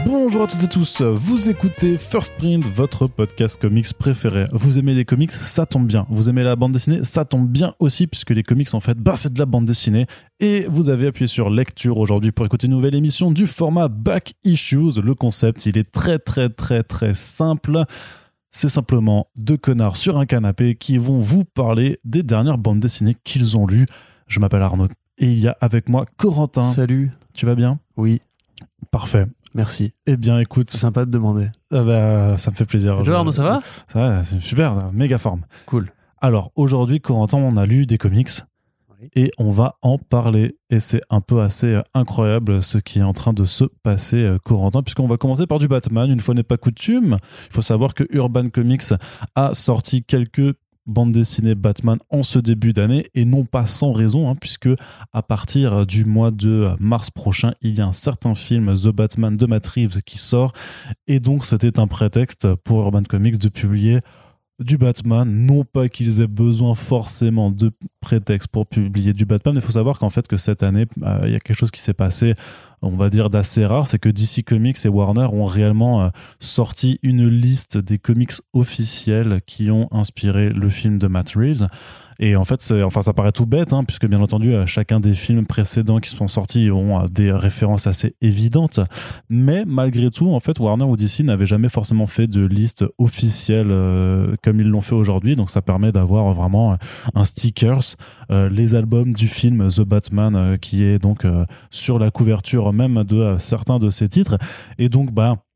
Bonjour à toutes et tous, vous écoutez First Print, votre podcast comics préféré. Vous aimez les comics, ça tombe bien. Vous aimez la bande dessinée, ça tombe bien aussi, puisque les comics en fait, c'est de la bande dessinée. Et vous avez appuyé sur lecture aujourd'hui pour écouter une nouvelle émission du format Back Issues. Le concept, il est très simple. C'est simplement deux connards sur un canapé qui vont vous parler des dernières bandes dessinées qu'ils ont lues. Je m'appelle Arnaud et il y a avec moi Corentin. Salut. Tu vas bien ? Oui. Parfait. Merci. Eh bien, écoute... C'est sympa de demander. Ça me fait plaisir. Bonjour Arnaud, ça va ? Ça va, c'est super, méga forme. Cool. Alors, aujourd'hui, Corentin, on a lu des comics et on va en parler. Et c'est un peu assez incroyable ce qui est en train de se passer, Corentin, puisqu'on va commencer par du Batman. Une fois n'est pas coutume, il faut savoir que Urban Comics a sorti quelques bande dessinée Batman en ce début d'année, et non pas sans raison, puisque à partir du mois de mars prochain, il y a un certain film, The Batman de Matt Reeves, qui sort, et donc c'était un prétexte pour Urban Comics de publier du Batman. Non pas qu'ils aient besoin forcément de prétexte pour publier du Batman, mais il faut savoir qu'en fait que cette année, il y a quelque chose qui s'est passé, on va dire d'assez rare, c'est que DC Comics et Warner ont réellement sorti une liste des comics officiels qui ont inspiré le film de Matt Reeves. Et en fait, ça paraît tout bête, puisque bien entendu, chacun des films précédents qui sont sortis ont des références assez évidentes. Mais malgré tout, en fait, Warner ou DC n'avaient jamais forcément fait de liste officielle comme ils l'ont fait aujourd'hui. Donc ça permet d'avoir vraiment un stickers, les albums du film The Batman, qui est donc sur la couverture même de certains de ces titres. Et donc,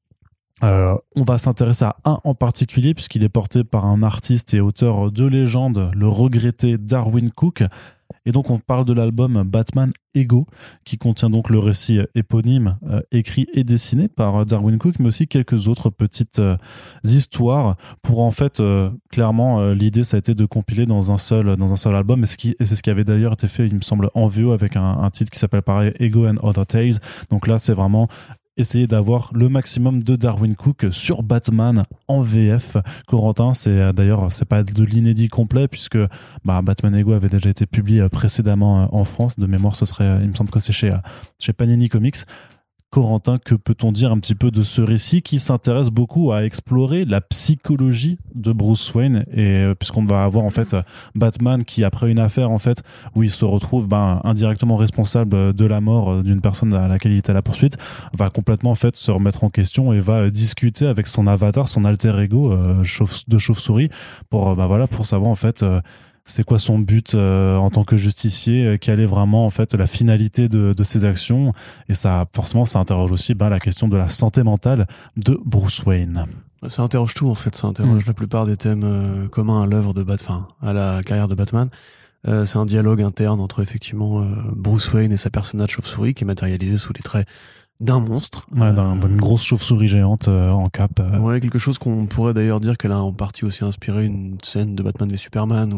on va s'intéresser à un en particulier puisqu'il est porté par un artiste et auteur de légende, le regretté Darwyn Cooke. Et donc on parle de l'album Batman Ego, qui contient donc le récit éponyme écrit et dessiné par Darwyn Cooke, mais aussi quelques autres petites histoires pour en fait clairement l'idée ça a été de compiler dans un seul album, et c'est ce qui avait d'ailleurs été fait, il me semble, en VO avec un titre qui s'appelle pareil Ego and Other Tales. Donc là c'est vraiment essayer d'avoir le maximum de Darwyn Cooke sur Batman en VF. Corentin, c'est pas de l'inédit complet puisque Batman Ego avait déjà été publié précédemment en France. De mémoire, il me semble que c'est chez Panini Comics. Corentin, que peut-on dire un petit peu de ce récit qui s'intéresse beaucoup à explorer la psychologie de Bruce Wayne, et puisqu'on va avoir en fait Batman qui, après une affaire en fait où il se retrouve indirectement responsable de la mort d'une personne à laquelle il était à la poursuite, va complètement en fait se remettre en question et va discuter avec son avatar, son alter ego de chauve-souris pour savoir en fait c'est quoi son but en tant que justicier, quelle est vraiment en fait la finalité de ses actions, et ça forcément ça interroge aussi la question de la santé mentale de Bruce Wayne. Ça interroge tout en fait, ça interroge la plupart des thèmes communs à l'œuvre de à la carrière de Batman. C'est un dialogue interne entre effectivement Bruce Wayne et sa personnage chauve-souris qui est matérialisé sous les traits d'un monstre. D'une grosse chauve-souris géante en cape. Ouais, quelque chose qu'on pourrait d'ailleurs dire qu'elle a en partie aussi inspiré une scène de Batman v Superman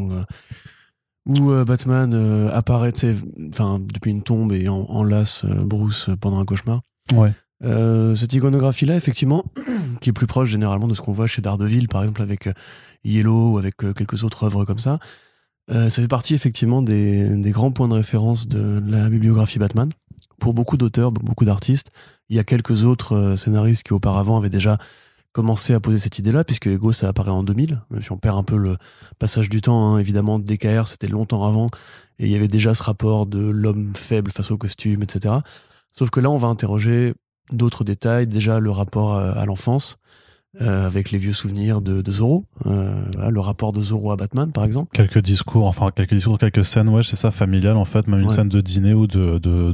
où Batman apparaît depuis une tombe et enlace Bruce pendant un cauchemar. Ouais. Cette iconographie-là, effectivement, qui est plus proche généralement de ce qu'on voit chez Daredevil, par exemple avec Yellow ou avec quelques autres œuvres comme ça, ça fait partie effectivement des grands points de référence de la bibliographie Batman. Pour beaucoup d'auteurs, beaucoup d'artistes, il y a quelques autres scénaristes qui auparavant avaient déjà commencé à poser cette idée-là, puisque Ego ça apparaît en 2000, même si on perd un peu le passage du temps, évidemment DKR c'était longtemps avant, et il y avait déjà ce rapport de l'homme faible face au costume, etc. Sauf que là on va interroger d'autres détails, déjà le rapport à l'enfance, avec les vieux souvenirs de Zorro, le rapport de Zorro à Batman par exemple. Quelques discours, quelques scènes, ouais, c'est ça, familiales en fait, même une scène de dîner ou de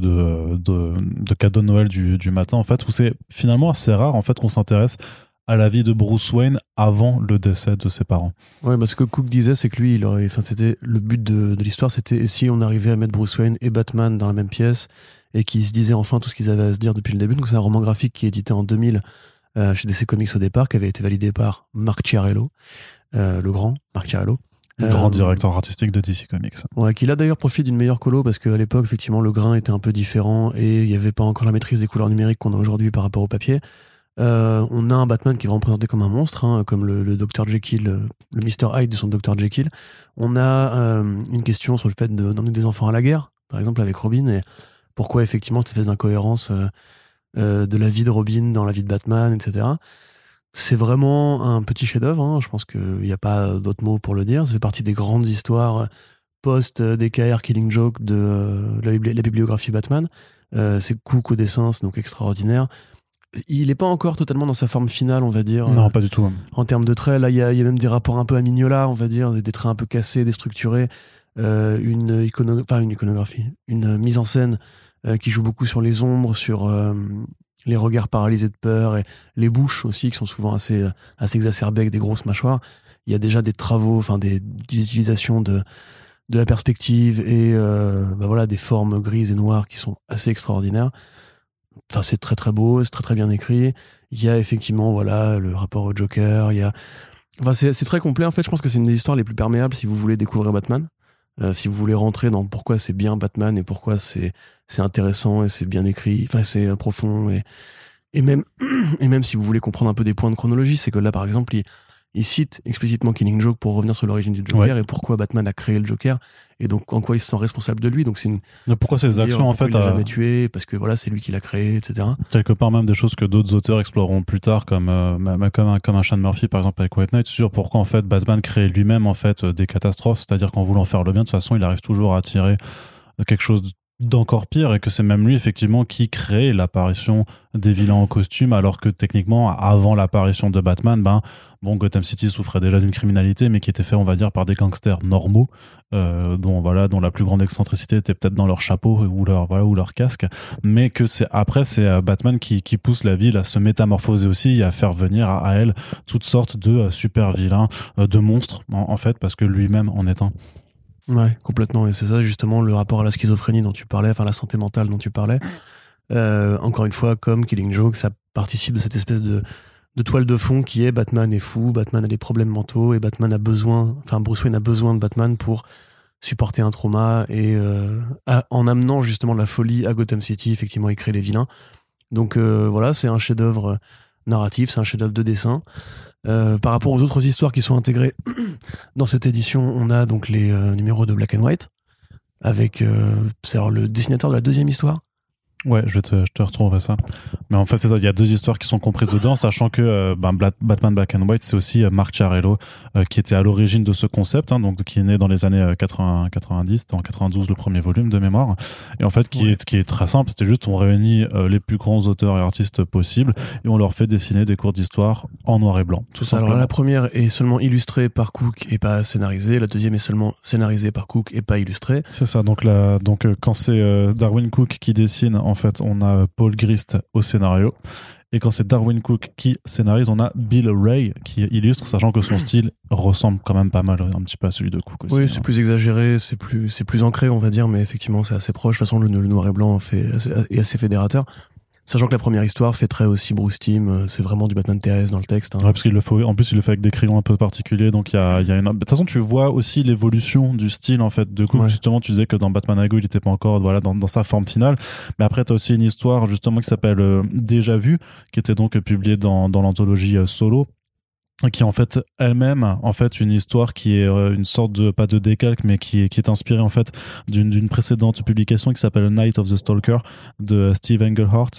cadeau de Noël du matin en fait, où c'est finalement assez rare en fait qu'on s'intéresse à la vie de Bruce Wayne avant le décès de ses parents. Ouais, ce que Cook disait, c'est que lui, c'était le but de l'histoire, c'était et si on arrivait à mettre Bruce Wayne et Batman dans la même pièce et qu'ils se disaient enfin tout ce qu'ils avaient à se dire depuis le début. Donc c'est un roman graphique qui est édité en 2000 chez DC Comics au départ, qui avait été validé par Mark Chiarello, le grand Mark Chiarello. Grand directeur artistique de DC Comics. Ouais, qui là d'ailleurs profite d'une meilleure colo parce qu'à l'époque, effectivement, le grain était un peu différent et il n'y avait pas encore la maîtrise des couleurs numériques qu'on a aujourd'hui par rapport au papier. On a un Batman qui est vraiment présenté comme un monstre, comme le Dr Jekyll, le Mr Hyde de son Dr Jekyll. On a une question sur le fait d'emmener des enfants à la guerre, par exemple avec Robin, et pourquoi effectivement cette espèce d'incohérence de la vie de Robin dans la vie de Batman, etc. C'est vraiment un petit chef-d'œuvre, hein. Je pense qu'il n'y a pas d'autre mot pour le dire. Ça fait partie des grandes histoires post-DKR Killing Joke de la bibliographie Batman. C'est Cook au dessin, c'est donc extraordinaire. Il n'est pas encore totalement dans sa forme finale, on va dire. Non, pas du tout. En termes de traits, là, il y a même des rapports un peu à Mignola, on va dire, des traits un peu cassés, déstructurés. Une iconographie, une mise en scène qui joue beaucoup sur les ombres, sur les regards paralysés de peur et les bouches aussi qui sont souvent assez exacerbées avec des grosses mâchoires. Il y a déjà des travaux, d'utilisation de la perspective et des formes grises et noires qui sont assez extraordinaires. Enfin, c'est très très beau, c'est très très bien écrit. Il y a effectivement le rapport au Joker. C'est très complet en fait. Je pense que c'est une des histoires les plus perméables si vous voulez découvrir Batman. Si vous voulez rentrer dans pourquoi c'est bien Batman et pourquoi c'est intéressant et c'est bien écrit, enfin c'est profond et même si vous voulez comprendre un peu des points de chronologie, c'est que là par exemple il cite explicitement Killing Joke pour revenir sur l'origine du Joker et pourquoi Batman a créé le Joker et donc en quoi il se sent responsable de lui. Donc c'est pourquoi ces actions en fait il l'a jamais tué parce que c'est lui qui l'a créé, etc. Quelque part même des choses que d'autres auteurs exploreront plus tard comme un Sean Murphy par exemple avec White Knight sur pourquoi en fait Batman crée lui-même en fait des catastrophes, c'est-à-dire qu'en voulant faire le bien de toute façon il arrive toujours à attirer quelque chose d'encore pire et que c'est même lui effectivement qui crée l'apparition des vilains en costume alors que techniquement avant l'apparition de Batman Gotham City souffrait déjà d'une criminalité mais qui était fait on va dire par des gangsters normaux dont la plus grande excentricité était peut-être dans leur chapeau ou leur casque, mais que c'est Batman qui pousse la ville à se métamorphoser aussi et à faire venir à elle toutes sortes de super vilains, de monstres en fait parce que lui-même en est un. Ouais, complètement. Et c'est ça, justement, le rapport à la schizophrénie dont tu parlais, la santé mentale dont tu parlais. Encore une fois, comme Killing Joke, ça participe de cette espèce de toile de fond qui est Batman est fou, Batman a des problèmes mentaux et Bruce Wayne a besoin de Batman pour supporter un trauma et en amenant justement la folie à Gotham City, effectivement, il crée les vilains. Donc c'est un chef-d'œuvre narratif, c'est un chef-d'œuvre de dessin. Par rapport aux autres histoires qui sont intégrées dans cette édition, on a donc les numéros de Black and White avec c'est alors le dessinateur de la deuxième histoire. Ouais, je te retrouverai ça. Mais en fait, c'est ça. Il y a deux histoires qui sont comprises dedans, sachant que Batman Black and White, c'est aussi Mark Chiarello qui était à l'origine de ce concept, donc qui est né dans les années 90, en 92 le premier volume de mémoire. Et en fait, qui est très simple. C'était juste on réunit les plus grands auteurs et artistes possibles et on leur fait dessiner des cours d'histoire en noir et blanc. Tout ça. Alors la première est seulement illustrée par Cook et pas scénarisée. La deuxième est seulement scénarisée par Cook et pas illustrée. C'est ça. Donc quand c'est Darwyn Cooke qui dessine, en fait, on a Paul Grist au scénario. Et quand c'est Darwyn Cooke qui scénarise, on a Bill Ray qui illustre, sachant que son style ressemble quand même pas mal un petit peu à celui de Cooke aussi. Oui, c'est plus exagéré, c'est plus ancré, on va dire, mais effectivement, c'est assez proche. De toute façon, le noir et blanc est assez fédérateur. Sachant que la première histoire fait très aussi Bruce Timm, c'est vraiment du Batman TS dans le texte. Ouais, parce qu'il le fait, en plus il le fait avec des crayons un peu particuliers, donc il y a une... De toute façon, tu vois aussi l'évolution du style en fait de Cooke. Ouais. Justement, tu disais que dans Batman Ego, il n'était pas encore dans sa forme finale, mais après t'as aussi une histoire justement qui s'appelle Déjà Vu, qui était donc publiée dans l'anthologie Solo, qui est en fait elle-même en fait une histoire qui est une sorte de pas de décalque mais qui est inspirée en fait d'une précédente publication qui s'appelle Night of the Stalker de Steve Englehart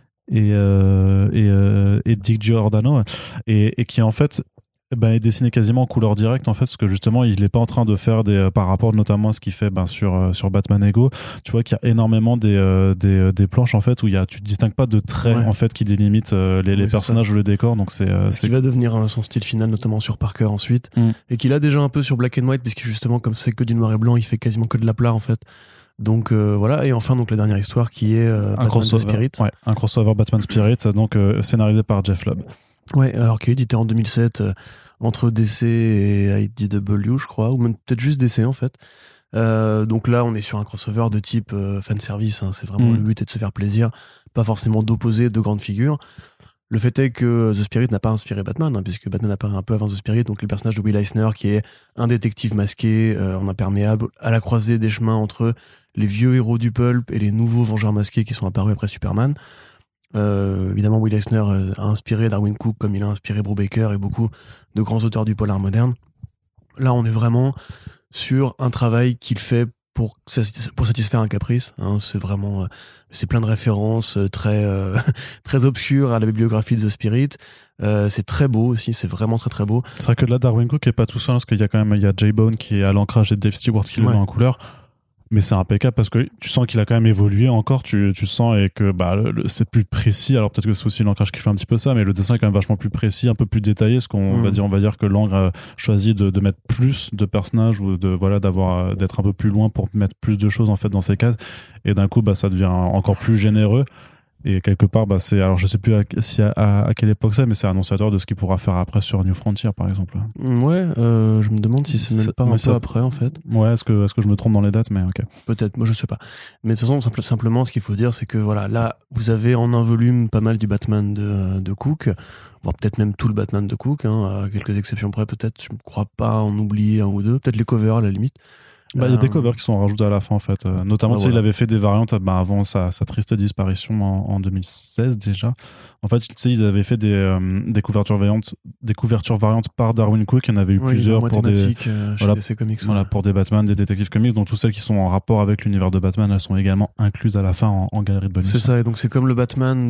et Dick Giordano et qui en fait est dessiné quasiment en couleur directe en fait parce que justement il est pas en train de faire par rapport notamment à ce qu'il fait sur Batman Ego, tu vois qu'il y a énormément des planches en fait où tu distingues pas de traits en fait qui délimitent les personnages ou le décor, donc c'est qui va devenir son style final notamment sur Parker ensuite et qu'il a déjà un peu sur Black and White puisque justement comme c'est que du noir et blanc il fait quasiment que de l'aplat en fait. Donc et enfin donc la dernière histoire qui est un crossover Spirit. Ouais, un crossover Batman Spirit donc scénarisé par Jeff Lubb. Ouais, alors qui est édité en 2007 entre DC et IDW, je crois, ou même peut-être juste DC en fait. Donc là, on est sur un crossover de type fanservice, hein, c'est vraiment le but est de se faire plaisir, pas forcément d'opposer deux grandes figures. Le fait est que The Spirit n'a pas inspiré Batman, puisque Batman apparaît un peu avant The Spirit, donc le personnage de Will Eisner qui est un détective masqué en imperméable à la croisée des chemins entre les vieux héros du pulp et les nouveaux Vengeurs masqués qui sont apparus après Superman. Évidemment, Will Eisner a inspiré Darwyn Cooke comme il a inspiré Brubaker et beaucoup de grands auteurs du polar moderne. Là, on est vraiment sur un travail qu'il fait pour satisfaire un caprice. Hein, c'est vraiment, c'est plein de références très très obscures à la bibliographie de The Spirit. C'est très beau aussi, c'est vraiment très très beau. C'est vrai que là, Darwyn Cooke est pas tout seul, parce qu'il y a quand même J-Bone qui est à l'ancrage et Dave Stewart qui le met en couleur. Mais c'est impeccable parce que tu sens qu'il a quand même évolué encore, tu sens, et que c'est plus précis. Alors peut-être que c'est aussi l'ancrage qui fait un petit peu ça, mais le dessin est quand même vachement plus précis, un peu plus détaillé, parce qu'on va dire que Lang a choisi de mettre plus de personnages, ou d'être un peu plus loin pour mettre plus de choses en fait dans ses cases, et d'un coup ça devient encore plus généreux. Et quelque part, alors je sais plus à quelle époque c'est, mais c'est annonciateur de ce qu'il pourra faire après sur New Frontier, par exemple. Ouais, je me demande si c'est même pas un peu après, en fait. Ouais, est-ce que je me trompe dans les dates, mais ok. Peut-être, moi je sais pas. Mais de toute façon, simplement, ce qu'il faut dire, c'est que voilà, là, vous avez en un volume pas mal du Batman de Cook, voire peut-être même tout le Batman de Cook, hein, à quelques exceptions près, peut-être, je ne crois pas en oublier un ou deux, peut-être les covers à la limite. Il y a des covers qui sont rajoutés à la fin, en fait. Notamment, il avait fait des variantes avant sa triste disparition en 2016 déjà. En fait, il avait fait des couvertures variantes par Darwyn Cooke. Il y en avait eu plusieurs pour des DC Comics. Voilà, pour des Batman, des Detective Comics. Donc, toutes celles qui sont en rapport avec l'univers de Batman, elles sont également incluses à la fin en galerie de bonus. C'est ça, et donc c'est comme le Batman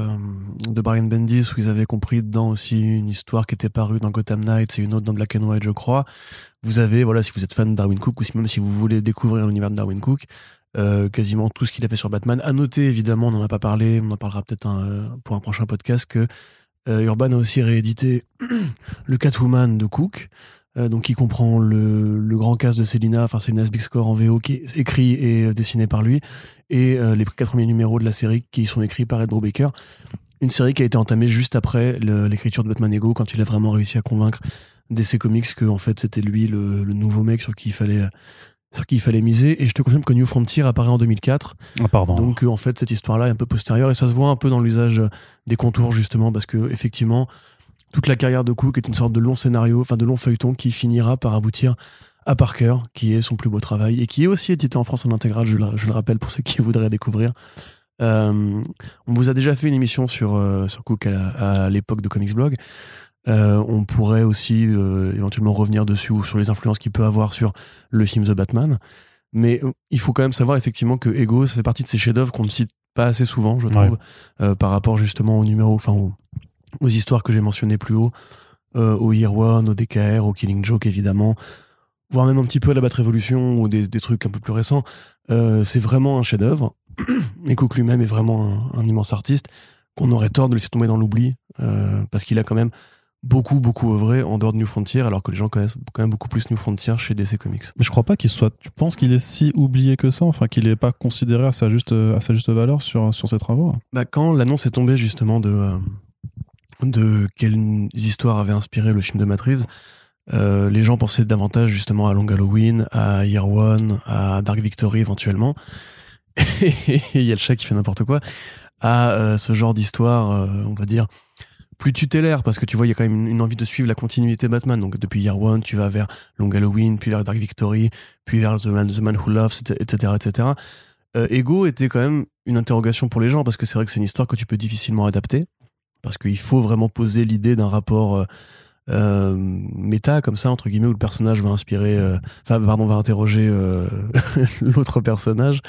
de Brian Bendis, où ils avaient compris dedans aussi une histoire qui était parue dans Gotham Knights et une autre dans Black and White, je crois. Vous avez, si vous êtes fan de Darwyn Cooke, ou même si vous voulez découvrir l'univers de Darwyn Cooke, quasiment tout ce qu'il a fait sur Batman. À noter, évidemment, on n'en a pas parlé, on en parlera peut-être pour un prochain podcast, que Urban a aussi réédité le Catwoman de Cooke, donc qui comprend le grand cast de Selina Big Score en VO, qui est écrit et dessiné par lui, et les 4 premiers numéros de la série qui sont écrits par Ed Brubaker. Une série qui a été entamée juste après l'écriture de Batman Ego, quand il a vraiment réussi à convaincre DC Comics que en fait c'était lui le nouveau mec sur qui il fallait miser. Et je te confirme que New Frontier apparaît en 2004. Donc en fait cette histoire-là est un peu postérieure, et ça se voit un peu dans l'usage des contours, justement, parce que effectivement toute la carrière de Cook est une sorte de long scénario, de long feuilleton qui finira par aboutir à Parker, qui est son plus beau travail et qui est aussi édité en France en intégrale, je le rappelle pour ceux qui voudraient découvrir. On vous a déjà fait une émission sur Cook à l'époque de Comics Blog. On pourrait aussi éventuellement revenir dessus, ou sur les influences qu'il peut avoir sur le film The Batman. Mais il faut quand même savoir effectivement que Ego, ça fait partie de ces chefs-d'œuvre qu'on ne cite pas assez souvent, je trouve, par rapport justement aux histoires que j'ai mentionnées plus haut, au Year One, au DKR, au Killing Joke évidemment, voire même un petit peu à la Bat Révolution, ou des trucs un peu plus récents. C'est vraiment un chef-d'œuvre. Et Cook lui-même est vraiment un immense artiste qu'on aurait tort de laisser tomber dans l'oubli, parce qu'il a quand même beaucoup œuvré en dehors de New Frontier, alors que les gens connaissent quand même beaucoup plus New Frontier chez DC Comics. Mais je crois pas qu'il soit... Tu penses qu'il est si oublié que ça, qu'il n'est pas considéré à sa juste valeur sur ses travaux? Quand l'annonce est tombée justement de quelles histoires avaient inspiré le film de Matt Reeves, les gens pensaient davantage justement à Long Halloween, à Year One, à Dark Victory éventuellement. Et il y a le chat qui fait n'importe quoi, à ce genre d'histoire, on va dire plus tutélaire, parce que tu vois, il y a quand même une envie de suivre la continuité Batman. Donc depuis Year One, tu vas vers Long Halloween, puis vers Dark Victory, puis vers The Man Who Loves, etc. Ego était quand même une interrogation pour les gens, parce que c'est vrai que c'est une histoire que tu peux difficilement adapter, parce qu'il faut vraiment poser l'idée d'un rapport méta, comme ça, entre guillemets, où le personnage va va interroger l'autre personnage.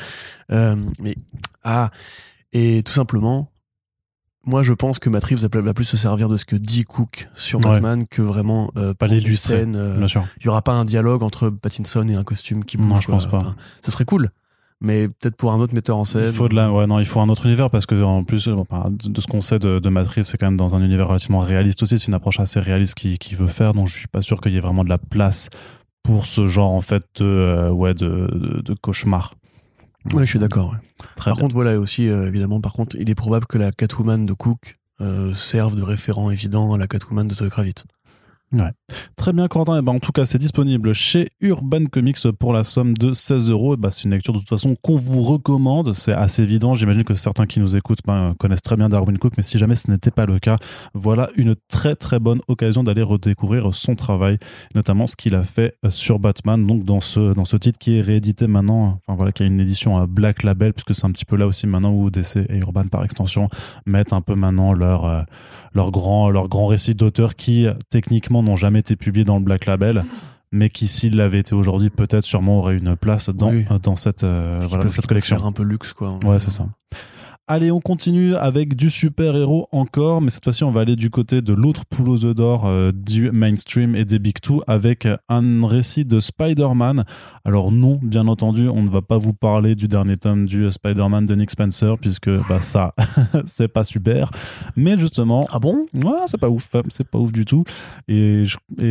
Et tout simplement, moi je pense que Matt Reeves va plus se servir de ce que dit Cook sur Batman que vraiment pas les scènes. Il y aura pas un dialogue entre Pattinson et un costume qui bouge. Non, je pense pas. Ce serait cool, mais peut-être pour un autre metteur en scène. Il faut un autre univers, parce que en plus de ce qu'on sait de Matt Reeves, c'est quand même dans un univers relativement réaliste aussi. C'est une approche assez réaliste qu'il veut faire, donc je suis pas sûr qu'il y ait vraiment de la place pour ce genre en fait de cauchemar. Ouais, je suis d'accord. Ouais. Par contre, voilà, aussi évidemment, il est probable que la Catwoman de Cook serve de référent évident à la Catwoman de Zoe Kravitz. Ouais. Très bien, Corentin. En tout cas, c'est disponible chez Urban Comics pour la somme de 16€. C'est une lecture de toute façon qu'on vous recommande. C'est assez évident. J'imagine que certains qui nous écoutent connaissent très bien Darwyn Cooke, mais si jamais ce n'était pas le cas, voilà une très très bonne occasion d'aller redécouvrir son travail, notamment ce qu'il a fait sur Batman. Donc dans ce titre qui est réédité maintenant, qui a une édition à Black Label, puisque c'est un petit peu là aussi maintenant où DC et Urban par extension mettent un peu maintenant leur grand récit d'auteur qui techniquement n'ont jamais été publiés dans le Black Label, mais qui, s'il l'avait été aujourd'hui, peut-être sûrement aurait une place dans cette collection. Faire un peu luxe, quoi. Ouais, c'est ça. Allez, on continue avec du super-héros encore, mais cette fois-ci, on va aller du côté de l'autre poule aux œufs d'or du mainstream et des Big Two avec un récit de Spider-Man. Alors non, bien entendu, on ne va pas vous parler du dernier tome du Spider-Man de Nick Spencer, puisque ça, c'est pas super. Mais justement... Ah bon ? Ouais, c'est pas ouf du tout. Et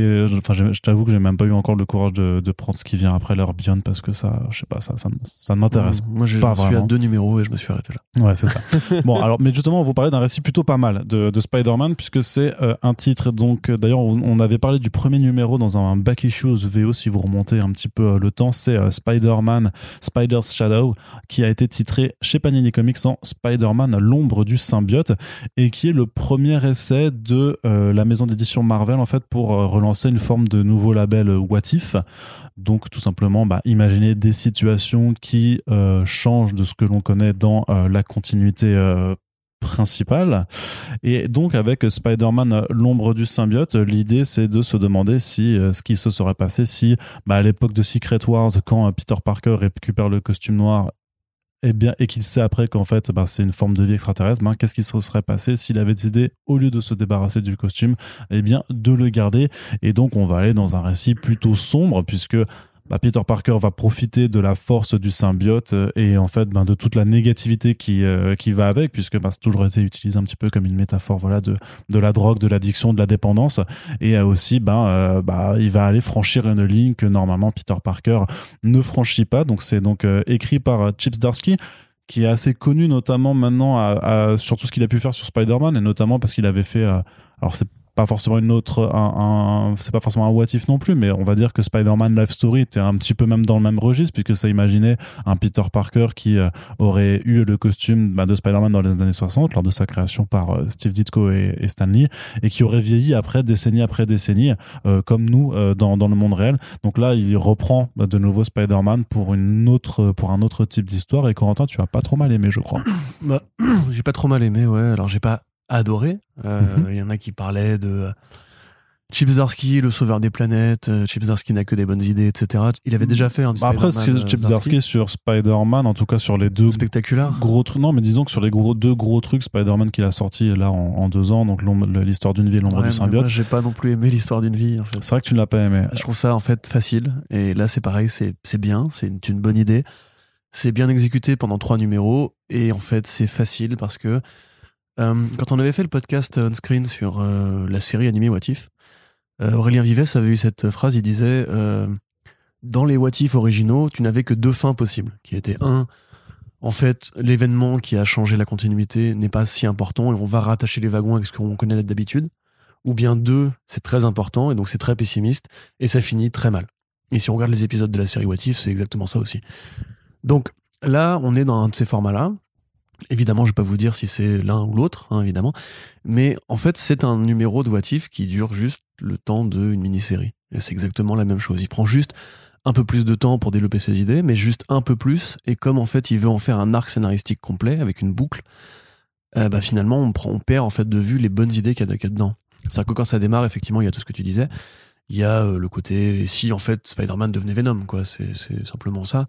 je t'avoue que j'ai même pas eu encore le courage de prendre ce qui vient après leur Beyond, parce que ça, je sais pas, ça ne m'intéresse Moi, je pas suis vraiment. à 2 numéros et je me suis arrêté là. Ouais, c'est ça. Bon, alors, mais justement, on va vous parler d'un récit plutôt pas mal de Spider-Man, puisque c'est un titre. Donc, d'ailleurs, on avait parlé du premier numéro dans un back issues VO, si vous remontez un petit peu le temps. C'est Spider-Man, Spider's Shadow, qui a été titré chez Panini Comics en Spider-Man, l'ombre du symbiote, et qui est le premier essai de la maison d'édition Marvel, en fait, pour relancer une forme de nouveau label What If. Donc tout simplement, imaginez des situations qui changent de ce que l'on connaît dans la continuité principale. Et donc avec Spider-Man, l'ombre du symbiote, l'idée c'est de se demander si ce qui se serait passé si à l'époque de Secret Wars, quand Peter Parker récupère le costume noir et qu'il sait après qu'en fait c'est une forme de vie extraterrestre, qu'est-ce qui se serait passé s'il avait décidé, au lieu de se débarrasser du costume, de le garder. Et donc on va aller dans un récit plutôt sombre, puisque Peter Parker va profiter de la force du symbiote et en fait de toute la négativité qui va avec, puisque c'est toujours été utilisé un petit peu comme une métaphore de la drogue, de l'addiction, de la dépendance. Et aussi il va aller franchir une ligne que normalement Peter Parker ne franchit pas. Donc c'est écrit par Chip Zdarsky, qui est assez connu notamment maintenant sur tout ce qu'il a pu faire sur Spider-Man, et notamment parce qu'il avait fait alors c'est pas forcément c'est pas forcément un what if non plus, mais on va dire que Spider-Man Life Story était un petit peu même dans le même registre, puisque ça imaginait un Peter Parker qui aurait eu le costume de Spider-Man dans les années 60 lors de sa création par Steve Ditko et Stan Lee, et qui aurait vieilli décennie après décennie comme nous dans le monde réel. Donc là il reprend de nouveau Spider-Man pour un autre type d'histoire. Et Corentin, tu as pas trop mal aimé, je crois. J'ai pas trop mal aimé, ouais. Alors j'ai pas adoré. Il y en a qui parlaient de Chip Zdarsky, le sauveur des planètes. Chip Zdarsky n'a que des bonnes idées, etc. Il avait déjà fait un après, c'est Chip Zdarsky sur Spider-Man, en tout cas sur les deux spectaculaires gros trucs. Non, mais disons que sur les deux gros trucs Spider-Man qu'il a sorti là en 2 ans, donc l'histoire d'une vie et l'ombre du symbiote. Moi, j'ai pas non plus aimé l'histoire d'une vie. En fait. C'est vrai que tu ne l'as pas aimé. Je trouve ça en fait facile. Et là, c'est pareil, c'est bien, c'est une bonne idée. C'est bien exécuté pendant 3 numéros. Et en fait, c'est facile parce que quand on avait fait le podcast On Screen sur la série animée What If, Aurélien Vives avait eu cette phrase, il disait dans les What If originaux, tu n'avais que 2 fins possibles, qui étaient en fait, l'événement qui a changé la continuité n'est pas si important et on va rattacher les wagons avec ce qu'on connaît d'habitude, ou bien 2, c'est très important et donc c'est très pessimiste et ça finit très mal. Et si on regarde les épisodes de la série What If, c'est exactement ça aussi. Donc là, on est dans un de ces formats-là. Évidemment, je vais pas vous dire si c'est l'un ou l'autre, évidemment. Mais en fait, c'est un numéro de What If qui dure juste le temps d'une mini-série. Et c'est exactement la même chose. Il prend juste un peu plus de temps pour développer ses idées, mais juste un peu plus. Et comme en fait, il veut en faire un arc scénaristique complet avec une boucle, finalement, on perd en fait de vue les bonnes idées qu'il y a dedans. C'est-à-dire que quand ça démarre, effectivement, il y a tout ce que tu disais. Il y a le côté, et si en fait Spider-Man devenait Venom, quoi. C'est simplement ça.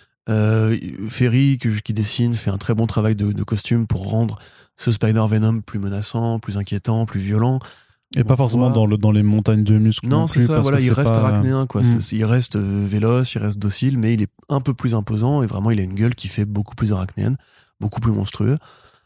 Ferry qui dessine fait un très bon travail de costume pour rendre ce Spider-Venom plus menaçant, plus inquiétant, plus violent. Et pas forcément dans les montagnes de muscles. Non, c'est ça, voilà, il reste arachnéen, quoi. Il reste véloce, il reste docile, mais il est un peu plus imposant et vraiment il a une gueule qui fait beaucoup plus arachnéenne, beaucoup plus monstrueux.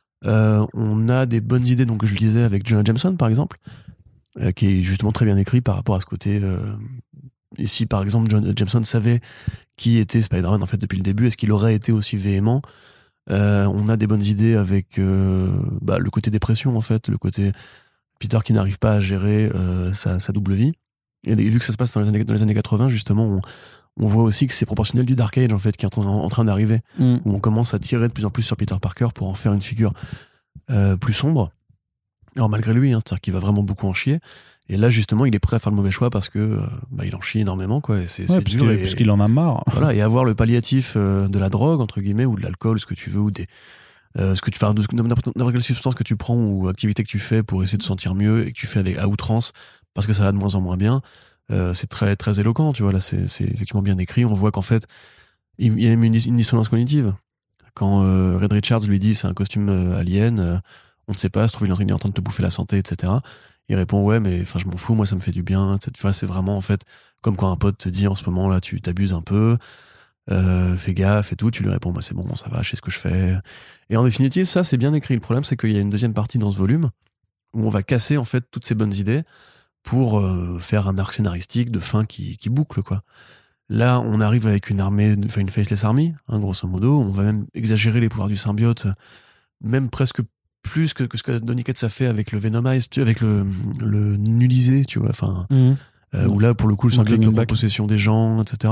On a des bonnes idées, donc je le disais avec Jonah Jameson par exemple, qui est justement très bien écrit par rapport à ce côté. Et si par exemple Jonah Jameson savait qui était Spider-Man en fait depuis le début, est-ce qu'il aurait été aussi véhément? On a des bonnes idées avec le côté dépression en fait, le côté Peter qui n'arrive pas à gérer sa double vie. Et vu que ça se passe dans les années 80 justement, on voit aussi que c'est proportionnel du Dark Age en fait qui est en train d'arriver, où on commence à tirer de plus en plus sur Peter Parker pour en faire une figure plus sombre. Alors malgré lui, c'est-à-dire qu'il va vraiment beaucoup en chier. Et là, justement, il est prêt à faire le mauvais choix parce que il en chie énormément, quoi. Et c'est dur. Puisqu'il en a marre. Voilà, et avoir le palliatif de la drogue, entre guillemets, ou de l'alcool, ce que tu veux, ou ce que tu fais, n'importe quelle substance que tu prends ou activité que tu fais pour essayer de te sentir mieux et que tu fais à outrance parce que ça va de moins en moins bien. C'est très, très éloquent, tu vois. Là, c'est effectivement bien écrit. On voit qu'en fait, il y a même une dissonance cognitive. Quand Red Richards lui dit c'est un costume alien, on ne sait pas, se trouve il est en train de te bouffer la santé, etc. Il répond ouais, mais enfin je m'en fous, moi ça me fait du bien. Tu vois, c'est vraiment en fait comme quand un pote te dit en ce moment là tu t'abuses un peu, fais gaffe et tout. Tu lui réponds bah c'est bon, ça va, je sais ce que je fais. Et en définitive, ça c'est bien écrit. Le problème c'est qu'il y a une deuxième partie dans ce volume où on va casser en fait toutes ces bonnes idées pour faire un arc scénaristique de fin qui boucle quoi. Là, on arrive avec une armée, enfin une faceless army, hein, grosso modo. On va même exagérer les pouvoirs du symbiote, même presque plus que ce que Donny Cates a fait avec le Venomize, avec le Nulisé, tu vois. Enfin, où là, pour le coup, le symbiote prend possession des gens, etc.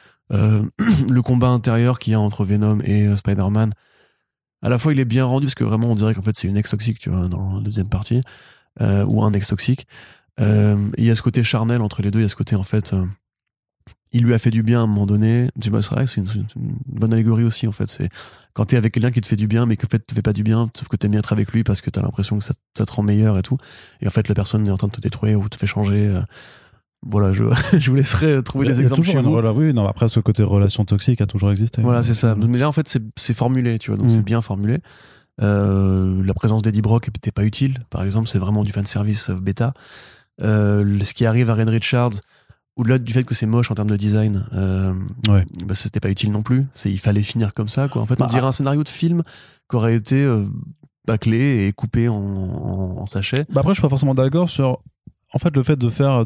Le combat intérieur qu'il y a entre Venom et Spider-Man, à la fois, il est bien rendu parce que vraiment, on dirait qu'en fait, c'est une ex-toxique, tu vois, dans la deuxième partie, ou un ex-toxique. Il y a ce côté charnel entre les deux, il y a ce côté, en fait. Il lui a fait du bien à un moment donné. C'est une bonne allégorie aussi, en fait. C'est quand t'es avec quelqu'un qui te fait du bien, mais qu'en fait, te fait pas du bien, sauf que t'aimes bien être avec lui parce que t'as l'impression que ça te rend meilleur et tout. Et en fait, la personne est en train de te détruire ou te fait changer. Voilà, je vous laisserai trouver des exemples chez vous. Oui, non, après, ce côté relation toxique a toujours existé. Voilà, c'est ça. Mais là, en fait, c'est formulé, tu vois, donc c'est bien formulé. La présence d'Eddie Brock n'était pas utile, par exemple, c'est vraiment du fanservice bêta. Ce qui arrive à Red Richards, au-delà du fait que c'est moche en termes de design, bah, c'était pas utile non plus. Il fallait finir comme ça, quoi. En fait, on dirait un scénario de film qui aurait été bâclé et coupé en sachets. Bah après, je suis pas forcément d'accord sur. En fait, le fait de faire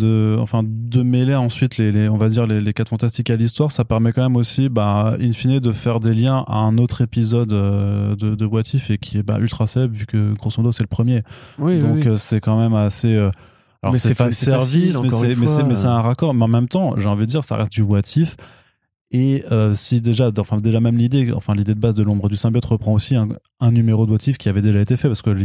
de mêler ensuite on va dire les 4 fantastiques à l'histoire, ça permet quand même aussi, in fine, de faire des liens à un autre épisode de What If et qui est ultra célèbre vu que grosso modo c'est le premier. Donc c'est quand même assez. Alors mais c'est fan service, mais c'est un raccord. Mais en même temps, j'ai envie de dire, ça reste du What If. Et si déjà même l'idée de base de l'ombre du symbiote reprend aussi un numéro de What If qui avait déjà été fait parce que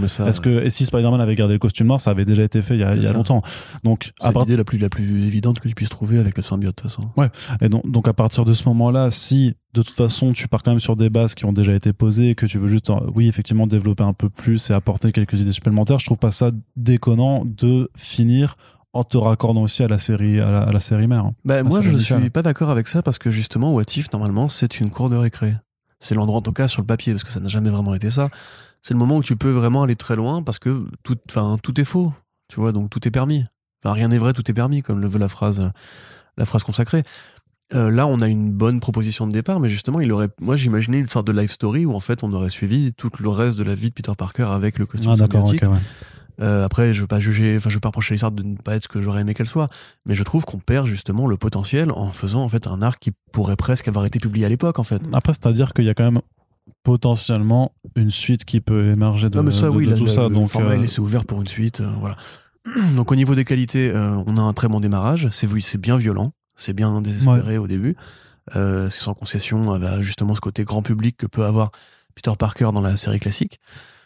et si Spider-Man avait gardé le costume noir, ça avait déjà été fait il y a longtemps. Donc c'est l'idée la plus évidente que tu puisses trouver avec le symbiote de toute façon. Ouais. Et donc à partir de ce moment-là, si de toute façon tu pars quand même sur des bases qui ont déjà été posées et que tu veux juste effectivement développer un peu plus et apporter quelques idées supplémentaires, je trouve pas ça déconnant de finir en te raccordant aussi à la série mère. Moi, je ne suis pas d'accord avec ça parce que justement, What If, normalement, c'est une cour de récré. C'est l'endroit, en tout cas, sur le papier, parce que ça n'a jamais vraiment été ça. C'est le moment où tu peux vraiment aller très loin parce que tout est faux, tu vois, donc tout est permis. Enfin, rien n'est vrai, tout est permis, comme le veut la phrase consacrée. Là, on a une bonne proposition de départ, mais justement, moi, j'imaginais une sorte de life story où, en fait, on aurait suivi tout le reste de la vie de Peter Parker avec le costume symbiotique. Okay, ouais. Après, je veux pas reprocher l'histoire de ne pas être ce que j'aurais aimé qu'elle soit, mais je trouve qu'on perd justement le potentiel en faisant en fait un arc qui pourrait presque avoir été publié à l'époque en fait. Après, c'est-à-dire qu'il y a quand même potentiellement une suite qui peut émerger de tout ça. Donc, le format est laissé ouvert pour une suite, voilà. Donc au niveau des qualités, on a un très bon démarrage. C'est bien violent, c'est bien désespéré au début. C'est sans concession, justement ce côté grand public que peut avoir Peter Parker dans la série classique.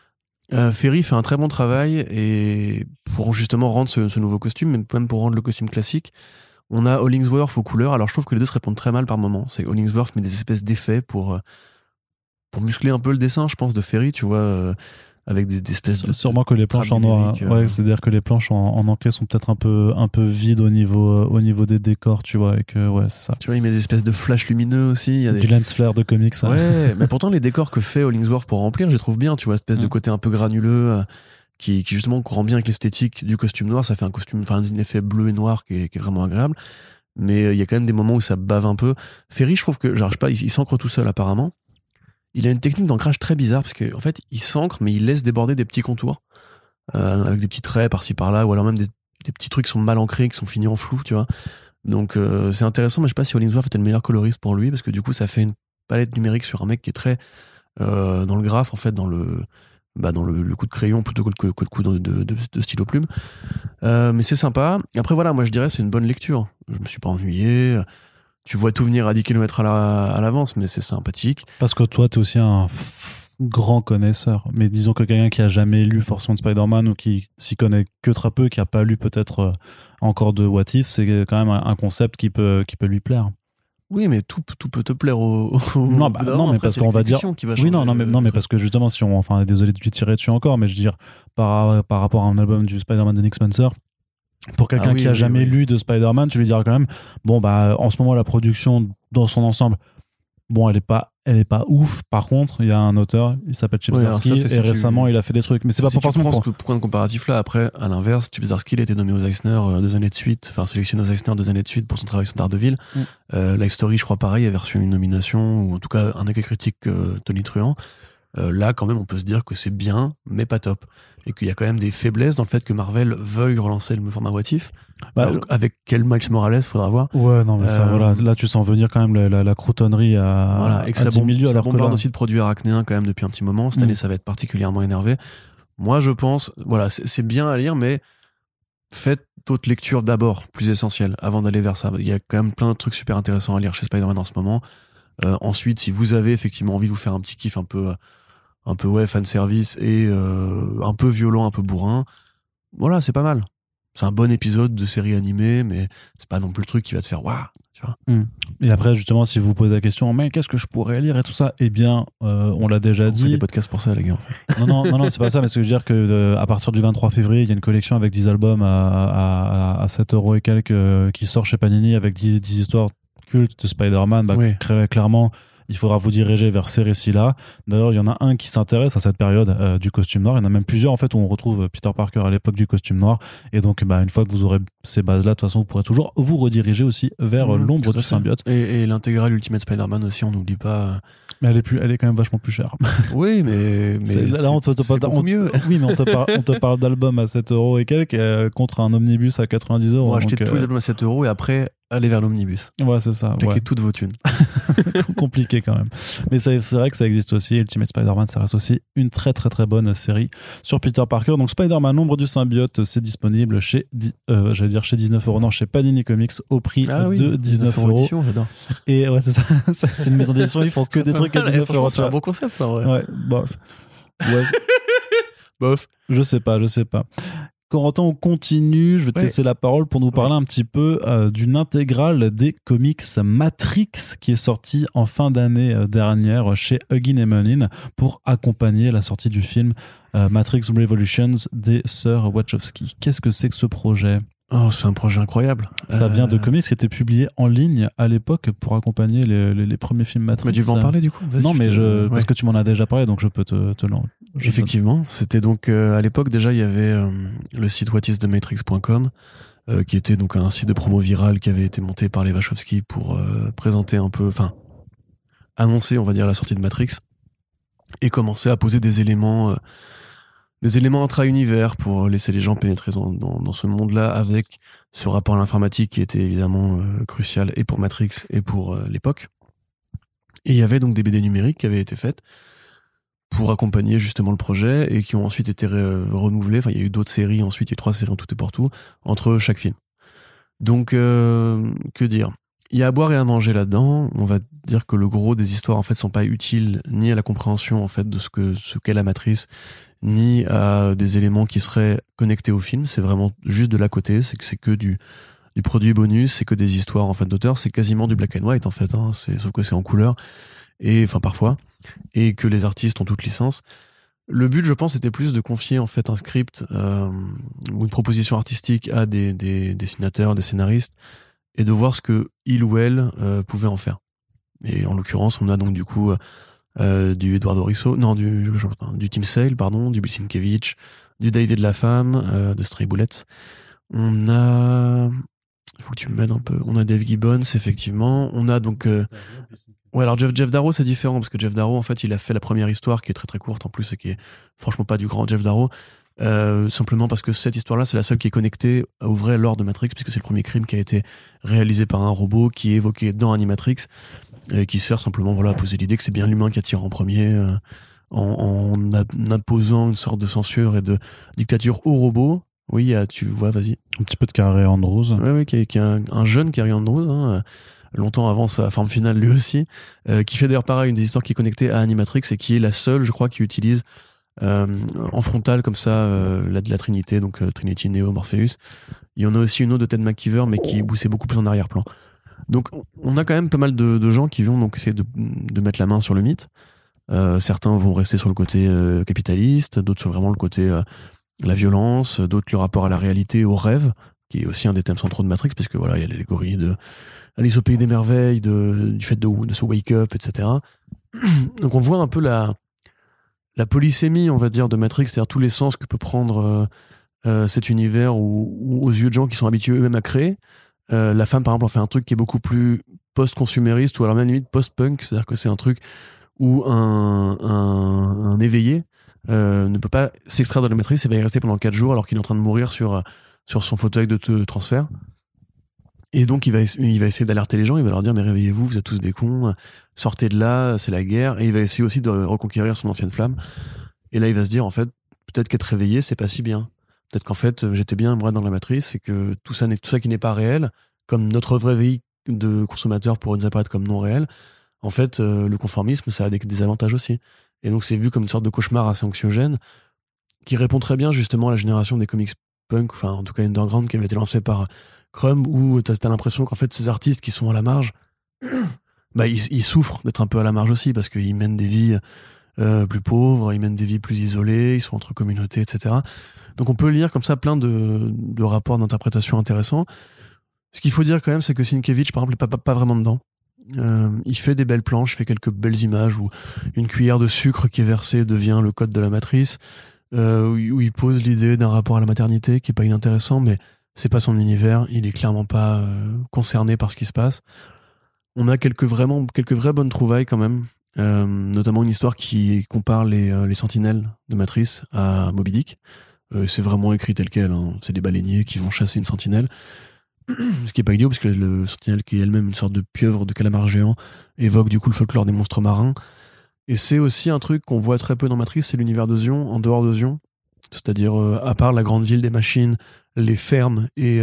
Ferry fait un très bon travail et pour justement rendre ce nouveau costume, mais même pour rendre le costume classique, on a Hollingsworth aux couleurs. Alors je trouve que les deux se répondent très mal par moment. C'est Hollingsworth met des espèces d'effets pour muscler un peu le dessin, je pense, de Ferry, tu vois, avec des espèces de. Sûrement que les planches en noir, c'est-à-dire que les planches en anglais sont peut-être un peu vides au niveau des décors, tu vois, et que c'est ça. Tu vois, il met des espèces de flashs lumineux aussi. Il y a du lens flare de comics. Hein. Ouais, mais pourtant les décors que fait Hollingsworth pour remplir, je les trouve bien, tu vois, espèce de côté un peu granuleux qui justement rend bien avec l'esthétique du costume noir. Ça fait un effet bleu et noir qui est vraiment agréable. Mais il y a quand même des moments où ça bave un peu. Ferry, je trouve que, j'arrive pas, il s'ancre tout seul apparemment. Il a une technique d'ancrage très bizarre parce qu'en fait, il s'ancre, mais il laisse déborder des petits contours avec des petits traits par-ci par-là, ou alors même des petits trucs qui sont mal ancrés, qui sont finis en flou, tu vois. Donc c'est intéressant, mais je sais pas si Hollingsworth était le meilleur coloriste pour lui parce que du coup, ça fait une palette numérique sur un mec qui est très dans le graphe, en fait, dans le coup de crayon plutôt que le coup de stylo plume. Mais c'est sympa. Après, voilà, moi je dirais c'est une bonne lecture. Je me suis pas ennuyé. Tu vois tout venir à 10 km à l'avance, mais c'est sympathique. Parce que toi, t'es aussi un grand connaisseur. Mais disons que quelqu'un qui a jamais lu forcément de Spider-Man ou qui s'y connaît que très peu, qui a pas lu peut-être encore de What If, c'est quand même un concept qui peut lui plaire. Oui, mais tout peut te plaire au non, mais parce qu'on va dire. Oui, mais parce que justement, désolé de lui tirer dessus encore, mais je veux dire, par rapport à un album du Spider-Man de Nick Spencer, Pour quelqu'un qui a jamais lu de Spider-Man, tu lui diras quand même, bon, bah, en ce moment, la production dans son ensemble, bon, elle est pas ouf. Par contre, il y a un auteur, il s'appelle Chip Zdarsky, et récemment, il a fait des trucs. Mais c'est pas forcément pour ce point de comparatif là. Après, à l'inverse, Chip Zdarsky, il a été nommé aux Eisner 2 années de suite, enfin, sélectionné aux Eisner 2 années de suite pour son travail sur Daredevil. Life Story, je crois, pareil, avait reçu une nomination, ou en tout cas, un accueil critique Tony Truant. Là, quand même, on peut se dire que c'est bien, mais pas top. Et qu'il y a quand même des faiblesses dans le fait que Marvel veuille relancer le format What If. Avec quel Miles Morales, faudra voir. Ouais, non, mais ça, voilà. Là, tu sens venir quand même la croutonnerie à et que ça 10 milieux. Ça alors bombarde que là... aussi de produits arachnéens quand même depuis un petit moment. Cette année, ça va être particulièrement énervé. Moi, je pense, voilà, c'est bien à lire, mais faites d'autres lectures d'abord, plus essentielles, avant d'aller vers ça. Il y a quand même plein de trucs super intéressants à lire chez Spider-Man en ce moment. Ensuite, si vous avez effectivement envie de vous faire un petit kiff un peu ouais, fan service et un peu violent, un peu bourrin, voilà, c'est pas mal. C'est un bon épisode de série animée, mais c'est pas non plus le truc qui va te faire waouh, tu vois. Et après, justement, si vous vous posez la question, mais qu'est-ce que je pourrais lire et tout ça, eh bien, on l'a déjà dit. On fait des podcasts pour ça, les gars. En fait. Non, c'est pas ça, mais ce que je veux dire que à partir du 23 février, il y a une collection avec 10 albums à 7€ et quelques qui sort chez Panini avec 10 histoires cultes de Spider-Man. Bah, oui. Clairement, il faudra vous diriger vers ces récits-là. D'ailleurs, il y en a un qui s'intéresse à cette période du costume noir. Il y en a même plusieurs, en fait, où on retrouve Peter Parker à l'époque du costume noir. Et donc, bah, une fois que vous aurez ces bases-là, de toute façon, vous pourrez toujours vous rediriger aussi vers l'ombre du symbiote. Et l'intégrale Ultimate Spider-Man aussi, on n'oublie pas. Mais elle est quand même vachement plus chère. Oui, mais là, on te mieux. Oui, mais on te parle d'albums à 7€ et quelques contre un omnibus à 90€. On va acheter tous les albums à 7€ et après aller vers l'omnibus. Ouais, c'est ça. Claquer toutes vos thunes. Compliqué quand même. Mais c'est vrai que ça existe aussi. Ultimate Spider-Man, ça reste aussi une très très très bonne série sur Peter Parker. Donc Spider-Man, l'ombre du symbiote, c'est disponible chez, chez 19€. Non, chez Panini Comics au prix de 19€. Édition, j'adore. Et ouais, c'est ça. C'est une maison d'édition, ils font que des trucs à 19€. C'est un bon concept, ça, en vrai. Ouais, bof. Ouais, bof. Je sais pas. Corentin, on continue. Je vais te laisser la parole pour nous parler un petit peu d'une intégrale des comics Matrix qui est sortie en fin d'année dernière chez Huggin et Mullin pour accompagner la sortie du film Matrix Revolutions des sœurs Wachowski. Qu'est-ce que c'est que ce projet ? Oh, c'est un projet incroyable. Ça vient de comics qui étaient publiés en ligne à l'époque pour accompagner les premiers films Matrix. Mais tu veux en parler du coup ? Non, mais parce que tu m'en as déjà parlé, donc je peux te l'en... Effectivement, c'était donc à l'époque déjà il y avait le site whatisthematrix.com qui était donc un site de promo viral qui avait été monté par les Wachowski pour présenter un peu, enfin annoncer on va dire la sortie de Matrix et commencer à poser des éléments intra-univers pour laisser les gens pénétrer dans ce monde-là avec ce rapport à l'informatique qui était évidemment crucial et pour Matrix et pour l'époque. Et il y avait donc des BD numériques qui avaient été faites pour accompagner justement le projet et qui ont ensuite été renouvelés. Enfin, il y a eu d'autres séries ensuite, il y a eu 3 séries en tout et pour tout entre chaque film. Donc, que dire ? Il y a à boire et à manger là-dedans. On va dire que le gros des histoires en fait sont pas utiles ni à la compréhension en fait de ce qu'est la matrice, ni à des éléments qui seraient connectés au film. C'est vraiment juste de l'à côté. C'est que du produit bonus, c'est que des histoires en fait d'auteur. C'est quasiment du black and white en fait. Sauf que c'est en couleur et enfin parfois. Et que les artistes ont toute licence. Le but, je pense, était plus de confier en fait un script ou une proposition artistique à des dessinateurs, des scénaristes, et de voir ce que il ou elle pouvait en faire. Et en l'occurrence, on a donc du coup du Eduardo Risso, du Tim Sale, du Bill Sienkiewicz, du David Lafemme, de Stray Bullets. On a, il faut que tu me m'aides un peu. On a Dave Gibbons, effectivement. On a donc ouais, alors Jeff Darrow, c'est différent, parce que Jeff Darrow, en fait, il a fait la première histoire, qui est très très courte en plus, et qui est franchement pas du grand Jeff Darrow, simplement parce que cette histoire-là, c'est la seule qui est connectée au vrai lore de Matrix, puisque c'est le premier crime qui a été réalisé par un robot, qui est évoqué dans Animatrix, et qui sert simplement à poser l'idée que c'est bien l'humain qui attire en premier, en imposant une sorte de censure et de dictature au robot. Oui, tu vois, vas-y. Un petit peu de Carrie Andrews. Oui, qui est un jeune Carrie Andrews, longtemps avant sa forme finale lui aussi, qui fait d'ailleurs pareil une des histoires qui est connectée à Animatrix et qui est la seule, je crois, qui utilise en frontal comme ça la Trinité, donc Trinity, Neo, Morpheus. Il y en a aussi une autre de Ted McKeever, mais qui c'est beaucoup plus en arrière-plan. Donc on a quand même pas mal de gens qui vont donc essayer de mettre la main sur le mythe. Certains vont rester sur le côté capitaliste, d'autres sur vraiment le côté la violence, d'autres le rapport à la réalité, au rêve, qui est aussi un des thèmes centraux de Matrix, puisque voilà, il y a l'allégorie de Alice au pays des merveilles, du fait de se wake up, etc. Donc on voit un peu la polysémie, on va dire, de Matrix, c'est-à-dire tous les sens que peut prendre cet univers où, aux yeux de gens qui sont habitués eux-mêmes à créer. La femme, par exemple, en fait un truc qui est beaucoup plus post-consumériste, ou alors même limite post-punk, c'est-à-dire que c'est un truc où un éveillé ne peut pas s'extraire de la matrice et va y rester pendant 4 jours alors qu'il est en train de mourir sur son fauteuil de transfert. Et donc il va essayer d'alerter les gens, il va leur dire mais réveillez-vous, vous êtes tous des cons, sortez de là, c'est la guerre. Et il va essayer aussi de reconquérir son ancienne flamme. Et là il va se dire en fait, peut-être qu'être réveillé c'est pas si bien. Peut-être qu'en fait j'étais bien moi dans la matrice et que tout ça qui n'est pas réel, comme notre vraie vie de consommateur pourrait nous apparaître comme non réel, en fait le conformisme ça a des avantages aussi. Et donc c'est vu comme une sorte de cauchemar assez anxiogène qui répond très bien justement à la génération des comics punk, enfin en tout cas underground, qui avait été lancée par Crumb, où t'as l'impression qu'en fait ces artistes qui sont à la marge, bah ils souffrent d'être un peu à la marge aussi, parce qu'ils mènent des vies plus pauvres, ils mènent des vies plus isolées, ils sont entre communautés, etc. Donc on peut lire comme ça plein de rapports d'interprétation intéressants. Ce qu'il faut dire quand même, c'est que Sienkiewicz, par exemple, n'est pas vraiment dedans. Il fait des belles planches, il fait quelques belles images où une cuillère de sucre qui est versée devient le code de la matrice, où il pose l'idée d'un rapport à la maternité qui est pas inintéressant, mais c'est pas son univers, il est clairement pas concerné par ce qui se passe. On a quelques vraies bonnes trouvailles quand même, notamment une histoire qui compare les sentinelles de Matrice à Moby Dick. C'est vraiment écrit tel quel, hein. C'est des baleiniers qui vont chasser une sentinelle. Ce qui est pas idiot, parce que le sentinelle, qui est elle-même une sorte de pieuvre de calamar géant, évoque du coup le folklore des monstres marins. Et c'est aussi un truc qu'on voit très peu dans Matrice, c'est l'univers de Zion, en dehors de Zion. C'est-à-dire, à part la grande ville des machines, les fermes et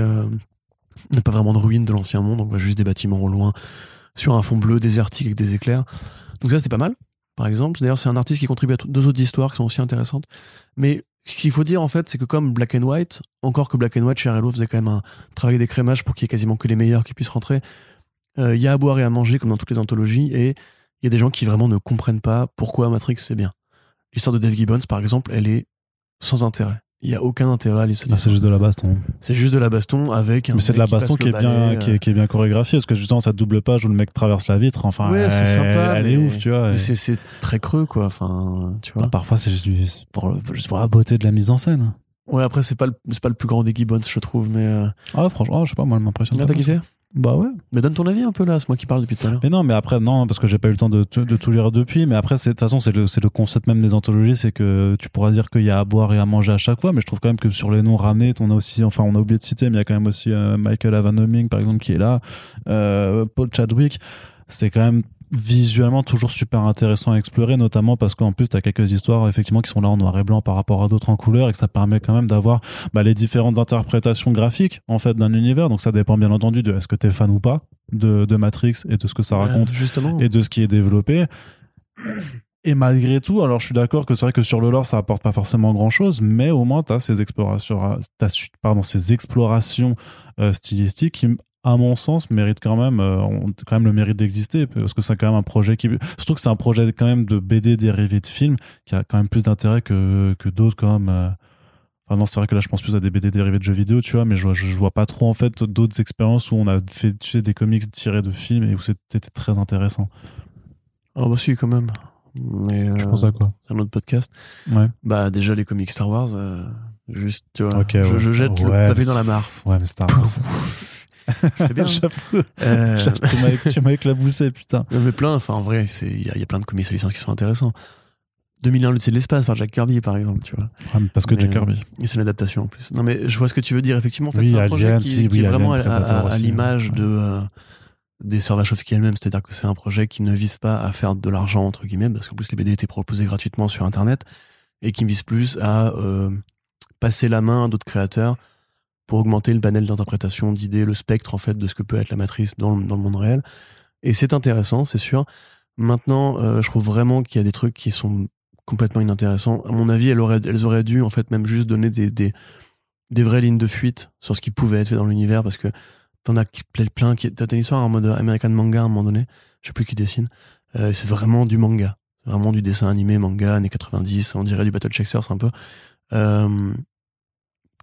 il n'y a pas vraiment de ruines de l'ancien monde, on voit juste des bâtiments au loin sur un fond bleu désertique avec des éclairs. Donc ça, c'était pas mal, par exemple. D'ailleurs, c'est un artiste qui contribue à 2 autres histoires qui sont aussi intéressantes. Mais ce qu'il faut dire, en fait, c'est que comme Black and White, encore que Black and White, chez Arello faisait quand même un travail d'écrémage pour qu'il y ait quasiment que les meilleurs qui puissent rentrer, il y a à boire et à manger, comme dans toutes les anthologies, et il y a des gens qui vraiment ne comprennent pas pourquoi Matrix c'est bien. L'histoire de Dave Gibbons, par exemple, elle est sans intérêt. Il n'y a aucun intérêt à l'histoire. C'est juste de la baston. C'est juste de la baston avec un. Mais c'est de la baston qui est bien chorégraphiée, parce que justement, cette double page où le mec traverse la vitre, enfin, ouais, c'est sympa, elle est ouf, tu vois. Mais c'est très creux, quoi. Enfin, tu vois. Bah, parfois, c'est juste pour la beauté de la mise en scène. Ouais, après, c'est pas le plus grand des Gibbons, je trouve, mais. Ah, franchement, je sais pas, moi, elle m'impressionne. Là, t'as kiffé? Bah ouais. Mais donne ton avis un peu là, c'est moi qui parle depuis tout à l'heure. Mais non, mais après, non, parce que j'ai pas eu le temps de tout lire depuis. Mais après, de toute façon, c'est le concept même des anthologies, c'est que tu pourras dire qu'il y a à boire et à manger à chaque fois. Mais je trouve quand même que sur les noms ramenés, on a aussi, enfin, on a oublié de citer, mais il y a quand même aussi Michael Van Homing, par exemple, qui est là, Paul Chadwick. C'est quand même visuellement toujours super intéressant à explorer, notamment parce qu'en plus t'as quelques histoires effectivement qui sont là en noir et blanc par rapport à d'autres en couleur, et que ça permet quand même d'avoir les différentes interprétations graphiques en fait d'un univers. Donc ça dépend bien entendu de est-ce que t'es fan ou pas de Matrix et de ce que ça raconte justement, et de ce qui est développé. Et malgré tout, alors je suis d'accord que c'est vrai que sur le lore ça apporte pas forcément grand chose, mais au moins t'as ces explorations stylistiques qui, à mon sens, mérite quand même le mérite d'exister, parce que c'est quand même un projet surtout que c'est un projet quand même de BD dérivé de film qui a quand même plus d'intérêt que d'autres comme enfin non, c'est vrai que là je pense plus à des BD dérivés de jeux vidéo, tu vois, mais je vois pas trop en fait d'autres expériences où on a fait, tu sais, des comics tirés de films et où c'était très intéressant. Oh bah si, quand même. Mais je pense à quoi? C'est un autre podcast. Ouais. Bah déjà les comics Star Wars, juste tu vois, okay, je jette le pavé dans la mare. Ouais, mais Star Wars. C'est bien. Tu m'as éclaboussé, putain. Mais plein, enfin en vrai, il y a plein de comics à licence qui sont intéressants. 2001 l'Odyssée de l'espace par Jack Kirby par exemple, tu vois. Ah, parce que Jack Kirby. Et c'est une adaptation en plus. Non mais je vois ce que tu veux dire, effectivement. En fait, oui, c'est un projet Alien, qui est vraiment à aussi, l'image ouais. des sœurs Wachowski elles-mêmes, c'est-à-dire que c'est un projet qui ne vise pas à faire de l'argent entre guillemets, parce qu'en plus les BD étaient proposés gratuitement sur internet, et qui vise plus à passer la main à d'autres créateurs pour augmenter le panel d'interprétation, d'idées, le spectre en fait de ce que peut être la matrice dans le monde réel. Et c'est intéressant, c'est sûr. Maintenant, je trouve vraiment qu'il y a des trucs qui sont complètement inintéressants. À mon avis, elles auraient dû en fait même juste donner des vraies lignes de fuite sur ce qui pouvait être fait dans l'univers, parce que t'en as plein qui... T'as une histoire en mode American manga à un moment donné, je sais plus qui dessine, c'est vraiment du manga, vraiment du dessin animé manga années 90, on dirait du Battle Chasers un peu.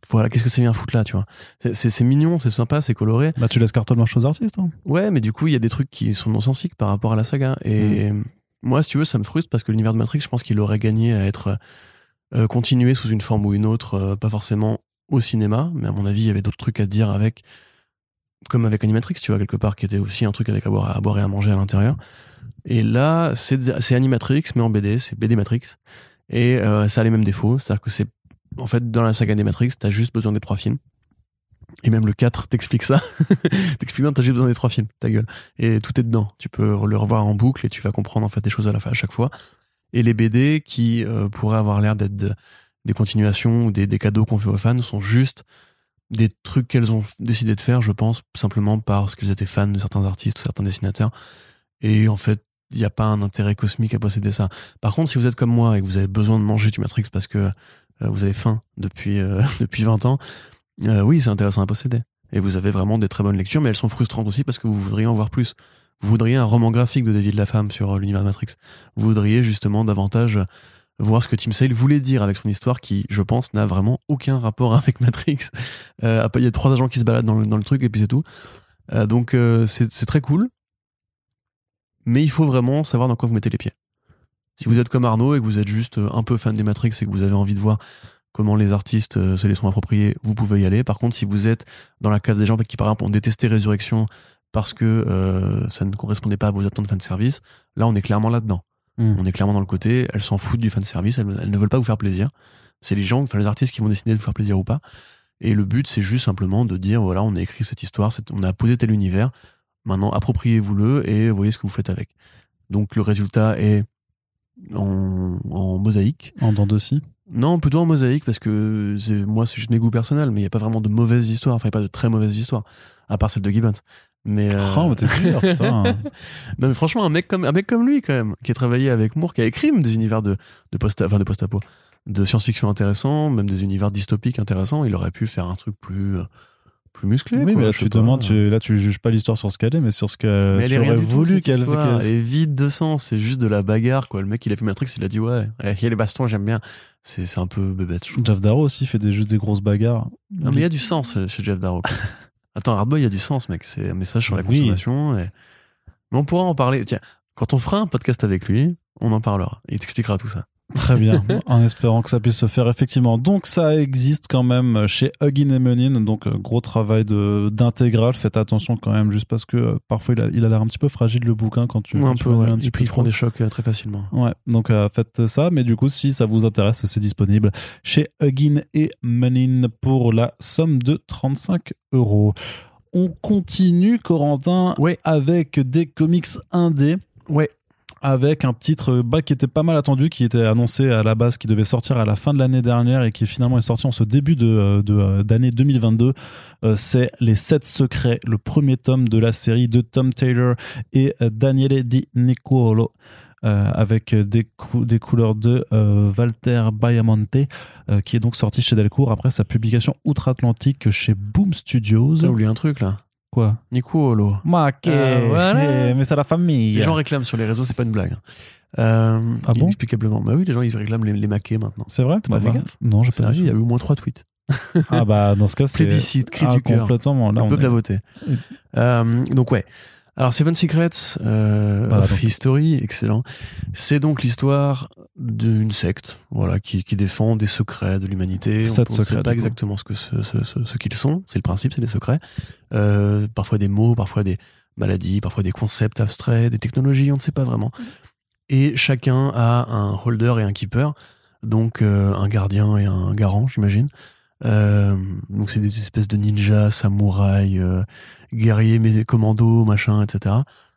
voilà, qu'est-ce que ça vient foutre là, tu vois. C'est mignon, c'est sympa, c'est coloré. Bah, tu laisses carte blanche aux artistes. Hein. Ouais, mais du coup, il y a des trucs qui sont non-sensiques par rapport à la saga. Et moi, si tu veux, ça me frustre parce que l'univers de Matrix, je pense qu'il aurait gagné à être continué sous une forme ou une autre, pas forcément au cinéma, mais à mon avis, il y avait d'autres trucs à dire avec, comme avec Animatrix, tu vois, quelque part, qui était aussi un truc avec à boire et à manger à l'intérieur. Et là, c'est Animatrix, mais en BD, c'est BD Matrix. Et ça a les mêmes défauts, c'est-à-dire que c'est, en fait, dans la saga des Matrix, t'as juste besoin des 3 films. Et même le 4 t'explique ça. T'explique non, t'as juste besoin des 3 films, ta gueule. Et tout est dedans. Tu peux le revoir en boucle et tu vas comprendre en fait des choses à chaque fois. Et les BD qui pourraient avoir l'air d'être des continuations ou des cadeaux qu'on fait aux fans sont juste des trucs qu'elles ont décidé de faire, je pense, simplement parce qu'elles étaient fans de certains artistes ou certains dessinateurs. Et en fait, il n'y a pas un intérêt cosmique à posséder ça. Par contre, si vous êtes comme moi et que vous avez besoin de manger du Matrix parce que vous avez faim depuis 20 ans, oui, c'est intéressant à posséder. Et vous avez vraiment des très bonnes lectures, mais elles sont frustrantes aussi parce que vous voudriez en voir plus. Vous voudriez un roman graphique de David Lapham sur l'univers de Matrix. Vous voudriez justement davantage voir ce que Tim Sale voulait dire avec son histoire qui, je pense, n'a vraiment aucun rapport avec Matrix. Il y a 3 agents qui se baladent dans le truc et puis c'est tout. Donc c'est très cool. Mais il faut vraiment savoir dans quoi vous mettez les pieds. Si vous êtes comme Arnaud et que vous êtes juste un peu fan des Matrix et que vous avez envie de voir comment les artistes se les sont appropriés, vous pouvez y aller. Par contre, si vous êtes dans la case des gens qui, par exemple, ont détesté Résurrection parce que ça ne correspondait pas à vos attentes de fanservice, là, on est clairement là-dedans. On est clairement dans le côté, elles s'en foutent du fanservice, elles ne veulent pas vous faire plaisir. C'est les gens, les artistes qui vont décider de vous faire plaisir ou pas. Et le but, c'est juste simplement de dire, voilà, on a écrit cette histoire, on a posé tel univers, maintenant appropriez-vous-le et voyez ce que vous faites avec. Donc le résultat est en mosaïque. En dents de scie. Non, plutôt en mosaïque parce que moi c'est juste mes goûts personnels, mais il n'y a pas vraiment de mauvaises histoires, enfin il n'y a pas de très mauvaises histoires, à part celle de Gibbons. Mais oh, t'es dur, putain. Non mais franchement, un mec comme lui quand même, qui a travaillé avec Moore, qui a écrit des univers de post-apo, de science-fiction intéressants, même des univers dystopiques intéressants, il aurait pu faire un truc plus musclé. Oui, quoi, mais là, tu demandes, là, tu juges pas l'histoire sur ce qu'elle est, mais sur ce qu'elle aurait voulu qu'elle fasse. Elle est vide de sens, c'est juste de la bagarre, quoi. Le mec, il a fait Matrix, il a dit, ouais, il y a les bastons, j'aime bien. C'est un peu bébête. Jeff Darrow aussi fait juste des grosses bagarres. Non, mais il y a du sens chez Jeff Darrow. Attends, Hardboy, il y a du sens, mec. C'est un message sur la consommation. Mais on pourra en parler. Tiens, quand on fera un podcast avec lui, on en parlera. Il t'expliquera tout ça. Très bien, en espérant que ça puisse se faire effectivement. Donc ça existe quand même chez Huggin et Munin, donc gros travail d'intégral. Faites attention quand même, juste parce que parfois il a l'air un petit peu fragile le bouquin quand tu... Un peu, ouais. Il prend des chocs très facilement. Ouais, donc faites ça, mais du coup si ça vous intéresse, c'est disponible chez Huggin et Munin pour la somme de 35 €. On continue, Corentin, avec des comics indés. Ouais. Avec un titre qui était pas mal attendu, qui était annoncé à la base, qui devait sortir à la fin de l'année dernière et qui finalement est sorti en ce début d'année 2022. C'est Les 7 secrets, le premier tome de la série de Tom Taylor et Daniele Di Nicuolo, avec des couleurs de Walter Baiamonte, qui est donc sorti chez Delcourt après sa publication outre-Atlantique chez Boom Studios. T'as oublié un truc là. Quoi? Nicuolo. Voilà. Mais c'est la famille. Les gens réclament sur les réseaux, c'est pas une blague. Ah bon? Inexplicablement. Bah oui, les gens ils réclament les maquets maintenant. C'est vrai? T'as pas fait gaffe? Non, j'ai pas vu. Il y a eu au moins 3 tweets. Ah bah dans ce cas c'est plébiscite, cri du cœur. Complètement. Là, le peuple a voté. Donc ouais. Alors Seven Secrets of History, excellent. C'est donc l'histoire d'une secte, voilà, qui défend des secrets de l'humanité. On ne sait pas exactement ce qu'ils sont. C'est le principe, c'est des secrets. Parfois des mots, parfois des maladies, parfois des concepts abstraits, des technologies, on ne sait pas vraiment. Et chacun a un holder et un keeper, donc un gardien et un garant, j'imagine. Donc c'est des espèces de ninjas, samouraïs, guerriers, mais commandos, machin, etc.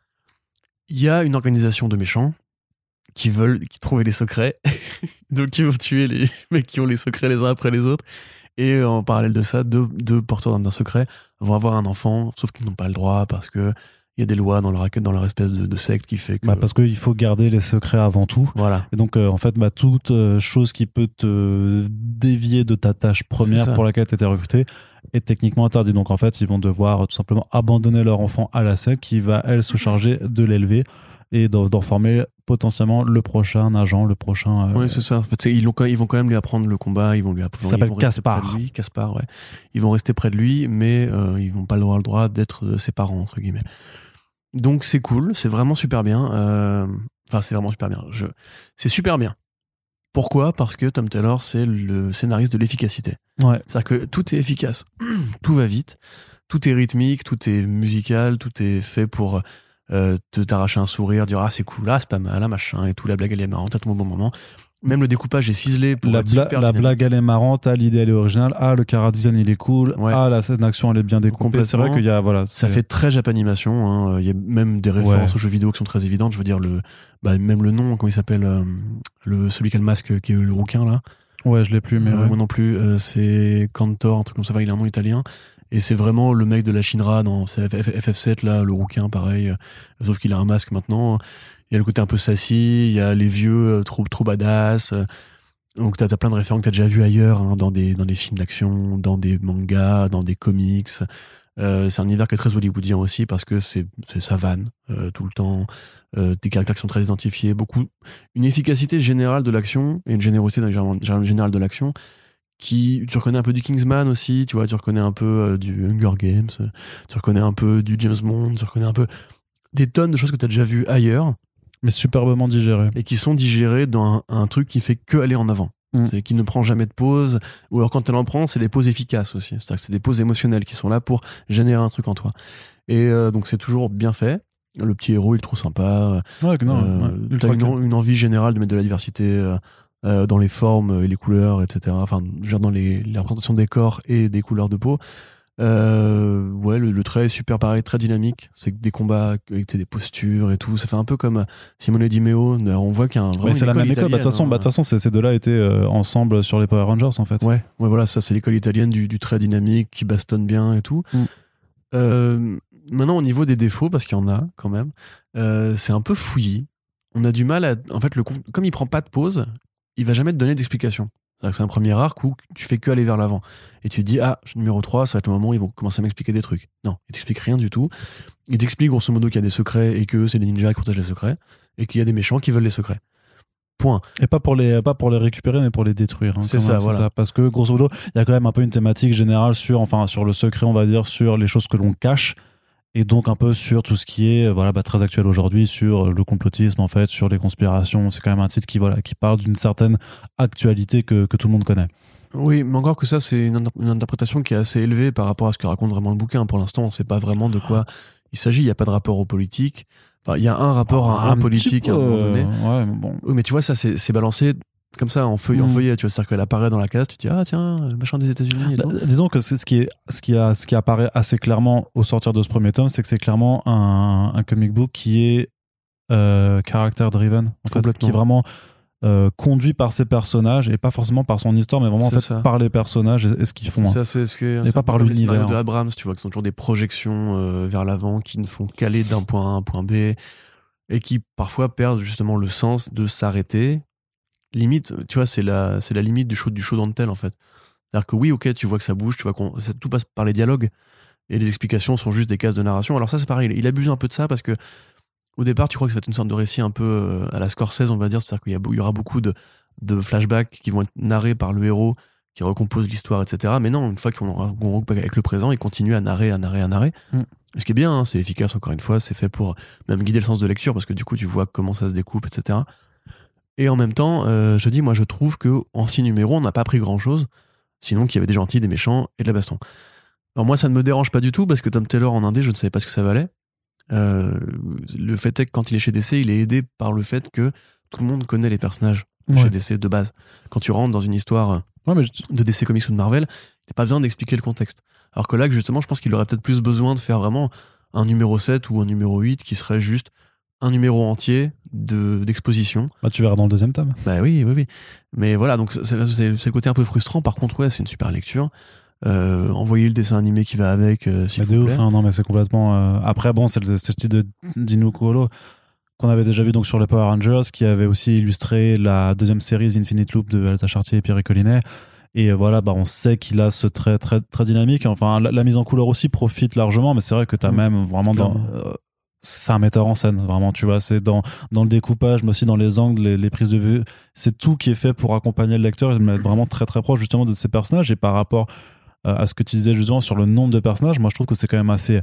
Il y a une organisation de méchants qui trouvent les secrets, donc ils vont tuer les mecs qui ont les secrets les uns après les autres. Et en parallèle de ça, deux porteurs d'un secret vont avoir un enfant, sauf qu'ils n'ont pas le droit parce que il y a des lois dans leur espèce de secte qui fait que... parce qu'il faut garder les secrets avant tout. Voilà. Et donc, en fait, toute chose qui peut te dévier de ta tâche première pour laquelle tu étais recruté est techniquement interdit. Donc, en fait, ils vont devoir tout simplement abandonner leur enfant à la secte qui va, elle, se charger de l'élever. et d'en former potentiellement le prochain agent, le prochain. Oui, c'est ça. En fait, ils vont quand même lui apprendre le combat. Ils vont lui apprendre. Il s'appelle Caspar. Caspar, ouais. Ils vont rester près de lui, mais ils vont pas avoir le droit d'être ses parents entre guillemets. Donc c'est cool, c'est vraiment super bien. Enfin, c'est vraiment super bien. C'est super bien. Pourquoi ? Parce que Tom Taylor, c'est le scénariste de l'efficacité. Ouais. C'est-à-dire que tout est efficace, tout va vite, tout est rythmique, tout est musical, tout est fait pour t'arracher un sourire, dire c'est cool, c'est pas mal, machin, et tout, la blague elle est marrante à tout bon moment. Même le découpage est ciselé pour être super dynamique. La blague elle est marrante, l'idée elle est originale, le chara design il est cool, ouais. La scène d'action elle est bien découpée. C'est vrai qu'il y a ça fait très Japanimation, hein. Il y a même des références aux jeux vidéo qui sont très évidentes. Je veux dire même le nom, comment il s'appelle, celui qui a le masque, qui est le rouquin là. Ouais, je l'ai plus, mais moi non plus. C'est Cantor, un truc comme ça. Il a un nom italien. Et c'est vraiment le mec de la Shinra dans FF7 là, le rouquin pareil. Sauf qu'il a un masque maintenant. Il y a le côté un peu sassy, il y a les vieux trop badass. Donc t'as plein de références que t'as déjà vu ailleurs, hein, dans des films d'action, dans des mangas, dans des comics. C'est un univers qui est très hollywoodien aussi parce que c'est sa vanne tout le temps. Des caractères qui sont très identifiés, une efficacité générale de l'action et une générosité générale de l'action tu reconnais un peu du Kingsman aussi, tu vois, tu reconnais un peu du Hunger Games, tu reconnais un peu du James Bond, tu reconnais un peu des tonnes de choses que t'as déjà vues ailleurs. Mais superbement digérées. Et qui sont digérées dans un truc qui fait que aller en avant. C'est qui ne prend jamais de pause. Ou alors quand elle en prend, c'est des pauses efficaces aussi. C'est-à-dire que c'est des pauses émotionnelles qui sont là pour générer un truc en toi. Et donc c'est toujours bien fait. Le petit héros, il est trop sympa. Ouais, t'as une envie générale de mettre de la diversité dans les formes et les couleurs, etc. Enfin, genre dans la représentation des corps et des couleurs de peau. Le trait est super pareil, très dynamique. C'est des combats avec des postures et tout. Ça fait un peu comme Simone Di Meo. On voit qu'il y a vraiment c'est la même école. De toute façon, ces deux-là étaient ensemble sur les Power Rangers en fait. Ouais, voilà, ça c'est l'école italienne du trait dynamique qui bastonne bien et tout. Maintenant, au niveau des défauts, parce qu'il y en a quand même, c'est un peu fouillis. On a du mal à. En fait, comme il prend pas de pause, il va jamais te donner d'explication. C'est-à-dire que c'est un premier arc où tu fais que aller vers l'avant. Et tu te dis, numéro 3, ça va être le moment où ils vont commencer à m'expliquer des trucs. Non, ils t'expliquent rien du tout. Ils t'expliquent grosso modo qu'il y a des secrets et que c'est des ninjas qui protègent les secrets et qu'il y a des méchants qui veulent les secrets. Point. Et pas pour les récupérer, mais pour les détruire. Hein, c'est ça, voilà. Ça. Parce que grosso modo, il y a quand même un peu une thématique générale sur le secret, on va dire, sur les choses que l'on cache. Et donc un peu sur tout ce qui est très actuel aujourd'hui, sur le complotisme en fait, sur les conspirations. C'est quand même un titre qui parle d'une certaine actualité que tout le monde connaît. Oui, mais encore que ça, c'est une interprétation qui est assez élevée par rapport à ce que raconte vraiment le bouquin. Pour l'instant, on ne sait pas vraiment de quoi il s'agit. Il n'y a pas de rapport aux politiques. Enfin, il y a un rapport à un politique à un moment donné. Ouais, mais bon. Oui, mais tu vois, ça, c'est balancé comme ça en feuillet, tu vois, c'est-à-dire qu'elle apparaît dans la case, tu te dis tiens, le machin des États-Unis. Disons que c'est ce qui apparaît assez clairement au sortir de ce premier tome, c'est que c'est clairement un comic book qui est character driven, en fait, qui est vraiment conduit par ses personnages et pas forcément par son histoire, mais vraiment en fait par les personnages et ce qu'ils font. Ça, c'est ce que et pas par l'univers. Les scénarios de Abrams, tu vois, qui sont toujours des projections vers l'avant, qui ne font qu'aller d'un point A à un point B et qui parfois perdent justement le sens de s'arrêter. Limite, tu vois, c'est la limite du show don't tell en fait. C'est-à-dire que oui, ok, tu vois que ça bouge, tu vois tout passe par les dialogues et les explications sont juste des cases de narration. Alors ça, c'est pareil, il abuse un peu de ça parce que au départ, tu crois que ça va être une sorte de récit un peu à la Scorsese, on va dire, c'est-à-dire qu'il y aura beaucoup de flashbacks qui vont être narrés par le héros qui recompose l'histoire, etc. Mais non, une fois qu'on recoupe avec le présent, il continue à narrer. Ce qui est bien, hein, c'est efficace, encore une fois, c'est fait pour même guider le sens de lecture parce que du coup, tu vois comment ça se découpe, etc. Et en même temps, je trouve qu'en 6 numéros, on n'a pas appris grand-chose, sinon qu'il y avait des gentils, des méchants et de la baston. Alors moi, ça ne me dérange pas du tout, parce que Tom Taylor en indé, je ne savais pas ce que ça valait. Le fait est que quand il est chez DC, il est aidé par le fait que tout le monde connaît les personnages chez DC de base. Quand tu rentres dans une histoire de DC Comics ou de Marvel, t'as pas besoin d'expliquer le contexte. Alors que là, justement, je pense qu'il aurait peut-être plus besoin de faire vraiment un numéro 7 ou un numéro 8 qui serait juste un numéro entier d'exposition. Tu verras dans le deuxième tome. Bah oui. Mais voilà, donc c'est le côté un peu frustrant. Par contre, ouais, c'est une super lecture. Envoyer le dessin animé qui va avec, s'il vous plaît. Non, mais c'est complètement... Après, bon, c'est le style de Dino Cuolo qu'on avait déjà vu donc sur les Power Rangers, qui avait aussi illustré la deuxième série Infinite Loop de Elsa Chartier et Pierre Collinet. Et voilà, on sait qu'il a ce trait très, très dynamique. Enfin, la mise en couleur aussi profite largement, mais c'est vrai que t'as même vraiment c'est un metteur en scène, vraiment, tu vois. C'est dans le découpage, mais aussi dans les angles, les prises de vue. C'est tout qui est fait pour accompagner le lecteur et de mettre vraiment très très proche justement de ces personnages. Et par rapport à ce que tu disais justement sur le nombre de personnages, moi je trouve que c'est quand même assez.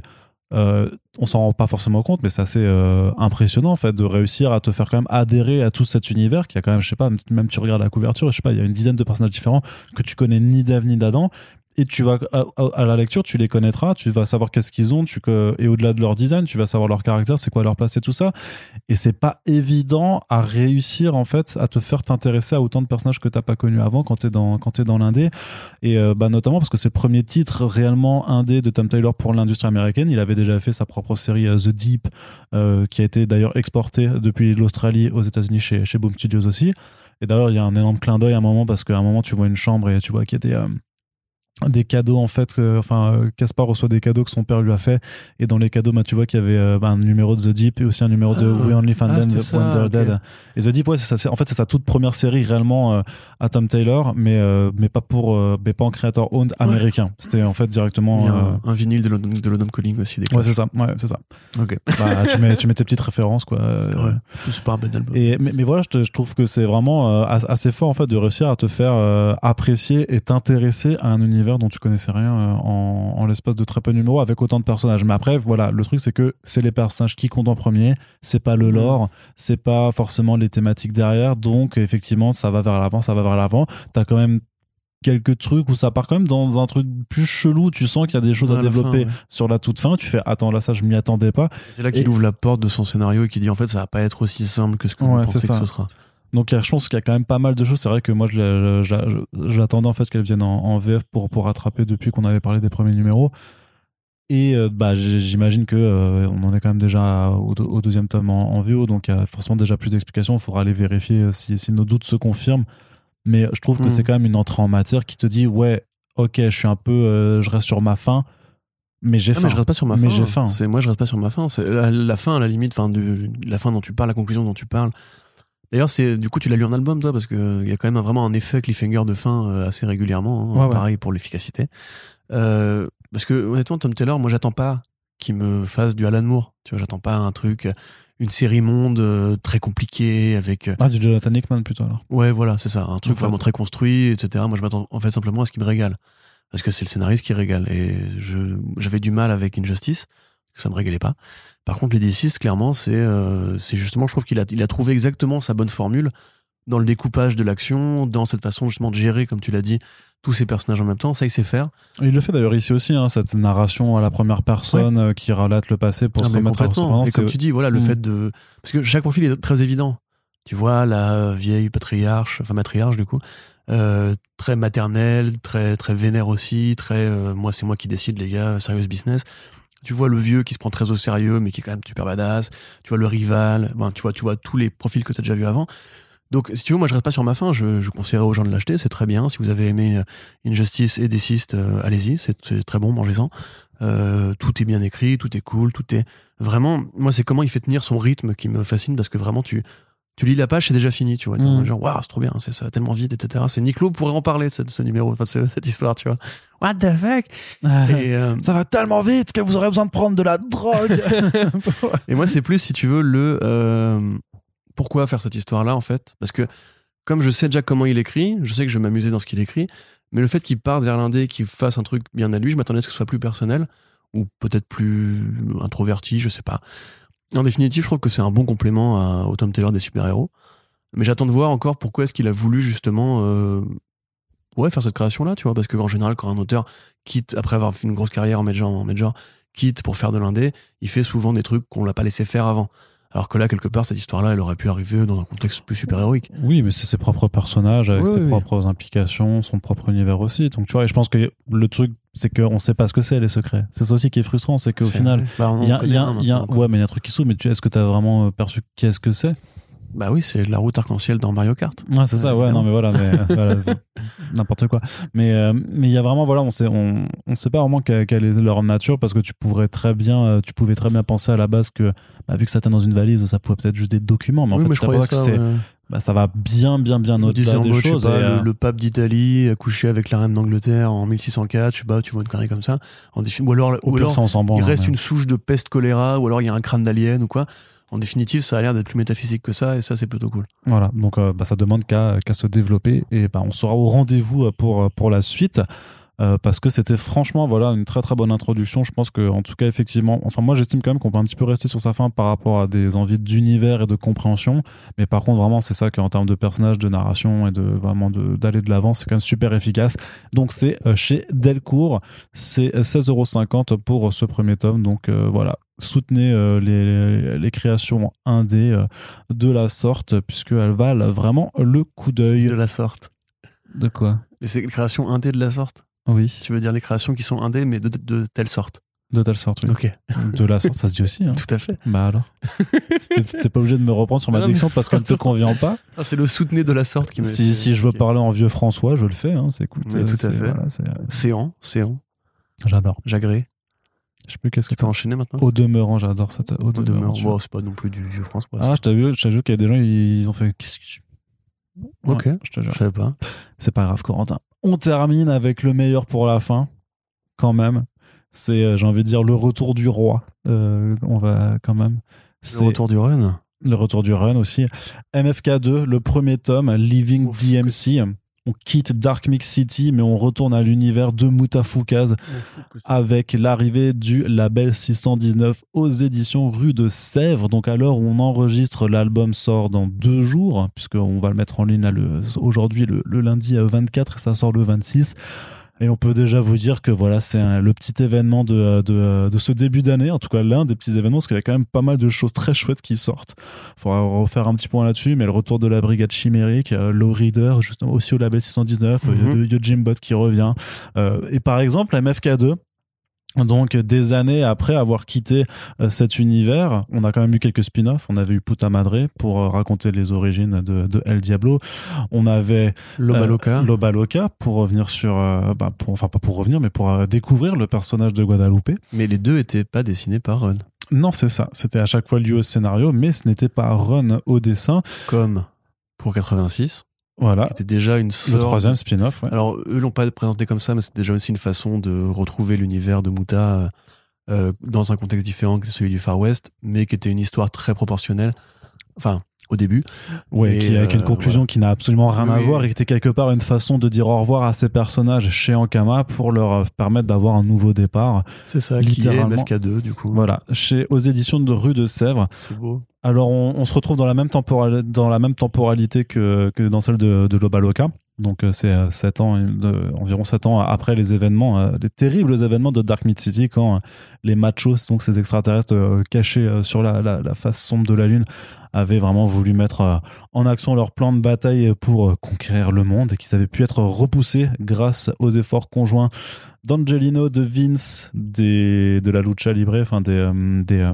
On s'en rend pas forcément compte, mais c'est assez impressionnant en fait de réussir à te faire quand même adhérer à tout cet univers qui a quand même, je sais pas, même tu regardes la couverture, je sais pas, il y a une dizaine de personnages différents que tu connais ni d'Ève ni d'Adam. Et tu vas à la lecture, tu les connaîtras, tu vas savoir qu'est-ce qu'ils ont, et au-delà de leur design, tu vas savoir leur caractère, c'est quoi leur place et tout ça. Et c'est pas évident à réussir en fait à te faire t'intéresser à autant de personnages que t'as pas connus avant quand t'es dans l'indé. Et notamment parce que c'est le premier titre réellement indé de Tom Taylor pour l'industrie américaine. Il avait déjà fait sa propre série The Deep, qui a été d'ailleurs exportée depuis l'Australie aux États-Unis chez Boom Studios aussi. Et d'ailleurs, il y a un énorme clin d'œil à un moment parce qu'à un moment tu vois une chambre et tu vois qu'il y a des cadeaux en fait, Caspar reçoit des cadeaux que son père lui a fait, et dans les cadeaux tu vois qu'il y avait un numéro de The Deep et aussi un numéro de We Only Find Them When They're Dead. Et The Deep, ouais, c'est sa toute première série réellement à Tom Taylor, mais pas en creator owned américain. C'était en fait directement. Il y a un vinyle de London Calling aussi. Ouais, c'est ça. Ok. Tu mets tes petites références quoi. Ouais. C'est pas un bête d'album. Mais voilà, je trouve que c'est vraiment assez fort en fait de réussir à te faire apprécier et t'intéresser à un univers dont tu connaissais rien en l'espace de très peu de numéros avec autant de personnages. Mais après, voilà, le truc c'est que c'est les personnages qui comptent en premier, c'est pas le lore, c'est pas forcément les thématiques derrière, donc effectivement ça va vers l'avant. T'as quand même quelques trucs où ça part quand même dans un truc plus chelou, tu sens qu'il y a des choses à développer sur la toute fin, tu fais attends là ça je m'y attendais pas. C'est là qu'il ouvre la porte de son scénario et qu'il dit en fait ça va pas être aussi simple que ce que vous pensez que ce sera. Donc je pense qu'il y a quand même pas mal de choses. C'est vrai que moi j'attendais en fait qu'elle vienne en VF pour rattraper depuis qu'on avait parlé des premiers numéros. Et j'imagine que on en est quand même déjà au deuxième tome en VO, donc il y a forcément déjà plus d'explications. Il faudra aller vérifier si nos doutes se confirment. Mais je trouve que c'est quand même une entrée en matière qui te dit ouais, ok, je suis un peu, je reste sur ma fin. Mais j'ai faim. Mais je reste pas sur ma fin. Mais j'ai faim. Moi, je reste pas sur ma fin. C'est la fin, à la limite, la fin dont tu parles, la conclusion dont tu parles. D'ailleurs, du coup, tu l'as lu en album, toi, parce que il y a quand même vraiment un effet cliffhanger de fin assez régulièrement. Hein, pareil pour l'efficacité. Parce que honnêtement, Tom Taylor, moi, j'attends pas qu'il me fasse du Alan Moore. Tu vois, j'attends pas un truc, une série monde très compliquée avec. Du Jonathan Hickman plutôt alors. Ouais, voilà, c'est ça, un truc vraiment très construit, etc. Moi, je m'attends en fait simplement à ce qu'il me régale, parce que c'est le scénariste qui régale. Et j'avais du mal avec Injustice, que ça me régalait pas. Par contre, les D6, clairement, c'est justement, je trouve qu'il a trouvé exactement sa bonne formule dans le découpage de l'action, dans cette façon justement de gérer, comme tu l'as dit, tous ces personnages en même temps. Ça, il sait faire. Il le fait d'ailleurs ici aussi, hein, cette narration à la première personne qui relate le passé pour se remettre à complètement. Et comme tu dis, voilà, le fait de... Parce que chaque profil est très évident. Tu vois, la vieille matriarche du coup, très maternelle, très, très vénère aussi, très moi, c'est moi qui décide, les gars, serious business. Tu vois le vieux qui se prend très au sérieux, mais qui est quand même super badass. Tu vois le rival. Ben, tu vois tous les profils que tu as déjà vus avant. Donc, si tu veux, moi, je reste pas sur ma fin. Je conseillerais aux gens de l'acheter. C'est très bien. Si vous avez aimé Injustice et Deceased, allez-y. C'est très bon, mangez-en. Tout est bien écrit, tout est cool, tout est... Vraiment, moi, c'est comment il fait tenir son rythme qui me fascine, parce que vraiment, tu lis la page, c'est déjà fini, tu vois. Genre, waouh, c'est trop bien, ça va tellement vite, etc. C'est Niclo pourrait en parler de ce numéro, enfin, cette histoire, tu vois. What the fuck? Et ça va tellement vite que vous aurez besoin de prendre de la drogue. Et moi, c'est plus, si tu veux, pourquoi faire cette histoire-là, en fait? Parce que, comme je sais déjà comment il écrit, je sais que je vais m'amuser dans ce qu'il écrit, mais le fait qu'il parte vers l'indé, qu'il fasse un truc bien à lui, je m'attendais à ce que ce soit plus personnel, ou peut-être plus introverti, je sais pas. En définitive, je trouve que c'est un bon complément au Tom Taylor des super-héros. Mais j'attends de voir encore pourquoi est-ce qu'il a voulu justement faire cette création-là, tu vois. Parce qu'en général, quand un auteur quitte, après avoir fait une grosse carrière en major, quitte pour faire de l'indé, il fait souvent des trucs qu'on l'a pas laissé faire avant. Alors que là, quelque part, cette histoire-là, elle aurait pu arriver dans un contexte plus super-héroïque. Oui, mais c'est ses propres personnages, avec ses propres implications, son propre univers aussi. Donc, tu vois, et je pense que le truc, c'est qu'on sait pas ce que c'est, les secrets. C'est ça aussi qui est frustrant, c'est qu'au final, il y a un truc qui s'ouvre, mais est-ce que tu as vraiment perçu qu'est-ce que c'est? Bah oui, c'est la route arc-en-ciel dans Mario Kart. Ouais, c'est ça, ouais, non, mais voilà, n'importe quoi. Mais il y a vraiment, voilà, on sait pas vraiment quelle est leur nature, parce que tu pouvais très bien penser à la base que, vu que ça était dans une valise, ça pouvait peut-être juste des documents, mais en fait, je croyais ça, ça va bien au-delà des choses. Le pape d'Italie a couché avec la reine d'Angleterre en 1604, tu vois une connerie comme ça. Ou alors il reste une souche de peste choléra, ou alors il y a un crâne d'alien ou quoi. En définitive, ça a l'air d'être plus métaphysique que ça, et ça, c'est plutôt cool. Voilà, donc ça demande qu'à se développer, et on sera au rendez-vous pour la suite. Parce que c'était franchement une très très bonne introduction. Je pense que en tout cas effectivement, moi j'estime quand même qu'on peut un petit peu rester sur sa fin par rapport à des envies d'univers et de compréhension, mais par contre vraiment c'est ça qu'en termes de personnages, de narration et d'aller de l'avant, c'est quand même super efficace. Donc c'est chez Delcourt, c'est 16,50€ pour ce premier tome, donc voilà, soutenez les créations indé de la sorte, puisqu'elles valent vraiment le coup d'œil. De la sorte. De quoi? C'est les créations indé de la sorte? Oui. Tu veux dire les créations qui sont indé, mais de telle sorte? De telle sorte, oui. Ok. De la sorte, ça se dit aussi. Hein. Tout à fait. Bah alors. T'es pas obligé de me reprendre sur ma diction parce qu'elle ne te convient pas. Ah, c'est le soutenez de la sorte qui me. Si je veux parler en vieux François, je le fais. Hein, c'est écoute. Oui, tout à fait. Voilà, Séant. J'adore. J'agrée. Je sais plus qu'est-ce que tu peux enchaîner maintenant. Au demeurant, j'adore ça. Au demeurant. Bon, c'est pas non plus du vieux François. Ah, je t'ai vu qu'il y a des gens, ils ont fait. Qu'est-ce que tu. Ok. Ouais, je te jure. Je savais pas. C'est pas grave, Corentin. On termine avec le meilleur pour la fin. Quand même, c'est, j'ai envie de dire, le retour du roi. On va quand même. Le retour du run. Le retour du run aussi. MFK2, le premier tome, Living DMC. On quitte Dark Mix City, mais on retourne à l'univers de Mutafukaz avec l'arrivée du label 619 aux éditions Rue de Sèvres. Donc à l'heure où on enregistre, l'album sort dans 2 jours, puisqu'on va le mettre en ligne aujourd'hui le lundi 24 et ça sort le 26. Et on peut déjà vous dire que voilà, c'est le petit événement de ce début d'année, en tout cas l'un des petits événements, parce qu'il y a quand même pas mal de choses très chouettes qui sortent. Il faudra refaire un petit point là-dessus, mais le retour de la brigade chimérique, Low Reader, justement aussi au label 619, Yojimbot qui revient. Et par exemple, MFK2, donc des années après avoir quitté cet univers, on a quand même eu quelques spin-offs. On avait eu Puta Madre pour raconter les origines de El Diablo. On avait Loba Loca pour revenir sur pas pour revenir, mais pour découvrir le personnage de Guadalupe. Mais les deux étaient pas dessinés par Run. Non, c'est ça. C'était à chaque fois lié au scénario, mais ce n'était pas Run au dessin. Comme pour 86. Voilà. C'était déjà une sorte... Le 3e spin-off, ouais. Alors, eux l'ont pas présenté comme ça, mais c'était déjà aussi une façon de retrouver l'univers de Muta dans un contexte différent que celui du Far West, mais qui était une histoire très proportionnelle. Enfin, au début. Ouais, avec une conclusion qui n'a absolument rien à voir et qui était quelque part une façon de dire au revoir à ces personnages chez Ankama pour leur permettre d'avoir un nouveau départ. C'est ça, littéralement. Qui est MFK2, du coup. Voilà, aux éditions de Rue de Sèvres. C'est beau. Alors, on se retrouve dans la même temporalité que dans celle de Loba Loca. Donc, c'est environ 7 ans après les événements, les terribles événements de Dark Mid City, quand les machos, donc ces extraterrestres cachés sur la face sombre de la Lune, avaient vraiment voulu mettre en action leur plan de bataille pour conquérir le monde et qu'ils avaient pu être repoussés grâce aux efforts conjoints d'Angelino, de Vince, de la Lucha Libre, enfin des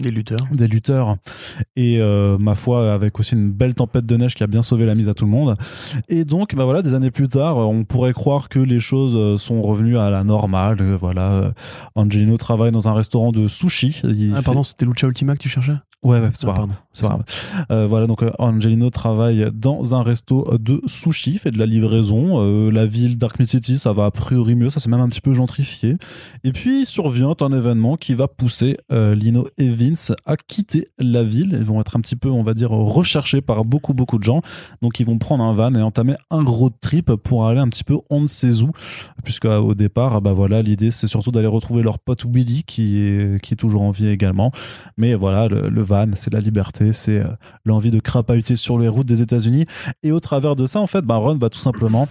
lutteurs, et ma foi avec aussi une belle tempête de neige qui a bien sauvé la mise à tout le monde. Et donc voilà, des années plus tard, on pourrait croire que les choses sont revenues à la normale. Voilà, Angelino travaille dans un restaurant de sushi. Pardon, c'était Lucha Ultima que tu cherchais? Ouais, c'est pas grave. Voilà, donc Angelino travaille dans un resto de sushi, fait de la livraison. La ville Dark Mid City, ça va a priori mieux, ça c'est même un petit peu gentrifié. Et puis survient un événement qui va pousser Lino et Vince à quitter la ville. Ils vont être un petit peu, on va dire, recherchés par beaucoup de gens. Donc ils vont prendre un van et entamer un gros trip pour aller un petit peu on ne sait où, puisque au départ, voilà, l'idée c'est surtout d'aller retrouver leur pote Willy qui est toujours en vie également. Mais voilà, le van, c'est la liberté, c'est l'envie de crapahuter sur les routes des États-Unis. Et au travers de ça, en fait, Run va tout simplement,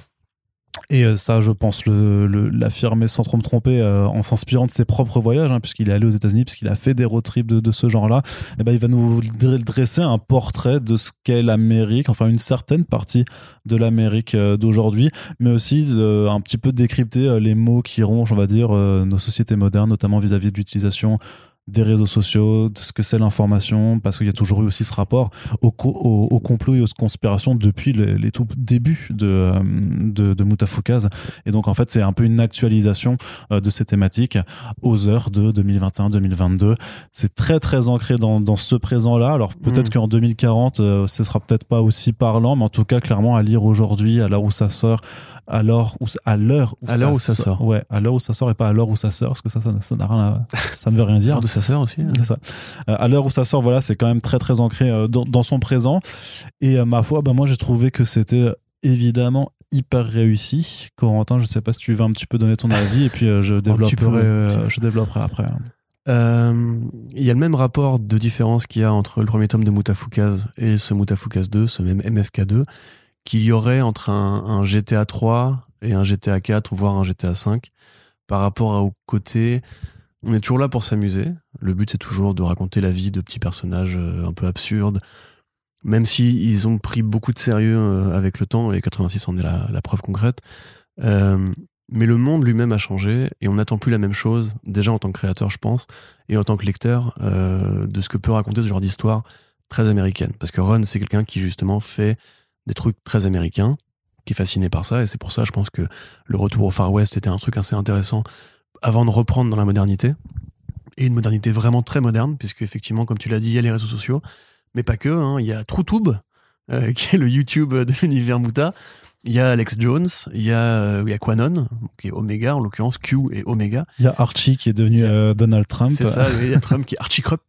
et ça je pense l'affirmer sans trop me tromper, en s'inspirant de ses propres voyages, puisqu'il est allé aux États-Unis, puisqu'il a fait des road trips de ce genre-là, et il va nous dresser un portrait de ce qu'est l'Amérique, enfin une certaine partie de l'Amérique d'aujourd'hui, mais aussi un petit peu décrypter les mots qui rongent, on va dire, nos sociétés modernes, notamment vis-à-vis de l'utilisation des réseaux sociaux, de ce que c'est l'information, parce qu'il y a toujours eu aussi ce rapport au complot et aux conspirations depuis les tout débuts de Moutafoukaz. Et donc en fait c'est un peu une actualisation de ces thématiques aux heures de 2021-2022. C'est très très ancré dans ce présent-là. Alors peut-être qu'en 2040 ce sera peut-être pas aussi parlant, mais en tout cas clairement à lire aujourd'hui, à l'heure où ça sort, à l'heure où ça sort. Ouais, à l'heure où ça sort et pas à l'heure où ça sort, parce que ça n'a rien ça ne veut rien dire. L'heure de sa sœur aussi. C'est ça. À l'heure où ça sort, voilà, c'est quand même très très ancré dans son présent. Et ma foi, moi j'ai trouvé que c'était évidemment hyper réussi. Corentin, je sais pas si tu veux un petit peu donner ton avis et puis je développerai après. Il y a le même rapport de différence qu'il y a entre le premier tome de Moutafoukaz et ce Moutafoukaz 2, ce même MFK2, qu'il y aurait entre un GTA 3 et un GTA 4, voire un GTA 5, par rapport au côté... On est toujours là pour s'amuser. Le but, c'est toujours de raconter la vie de petits personnages un peu absurdes, même si ils ont pris beaucoup de sérieux avec le temps, et 86 en est la preuve concrète. Mais le monde lui-même a changé, et on n'attend plus la même chose, déjà en tant que créateur, je pense, et en tant que lecteur, de ce que peut raconter ce genre d'histoire très américaine. Parce que Ron, c'est quelqu'un qui, justement, fait des trucs très américains, qui est fasciné par ça, et c'est pour ça, je pense que le retour au Far West était un truc assez intéressant avant de reprendre dans la modernité, et une modernité vraiment très moderne, puisque effectivement, comme tu l'as dit, il y a les réseaux sociaux, mais pas que, hein, il y a TrueTube, qui est le YouTube de l'univers Mouta, il y a Alex Jones, il y a Quanon, qui est Omega, en l'occurrence Q et Omega. Il y a Archie qui est devenu Donald Trump. C'est ça, il y a Trump qui est Archie Krupp.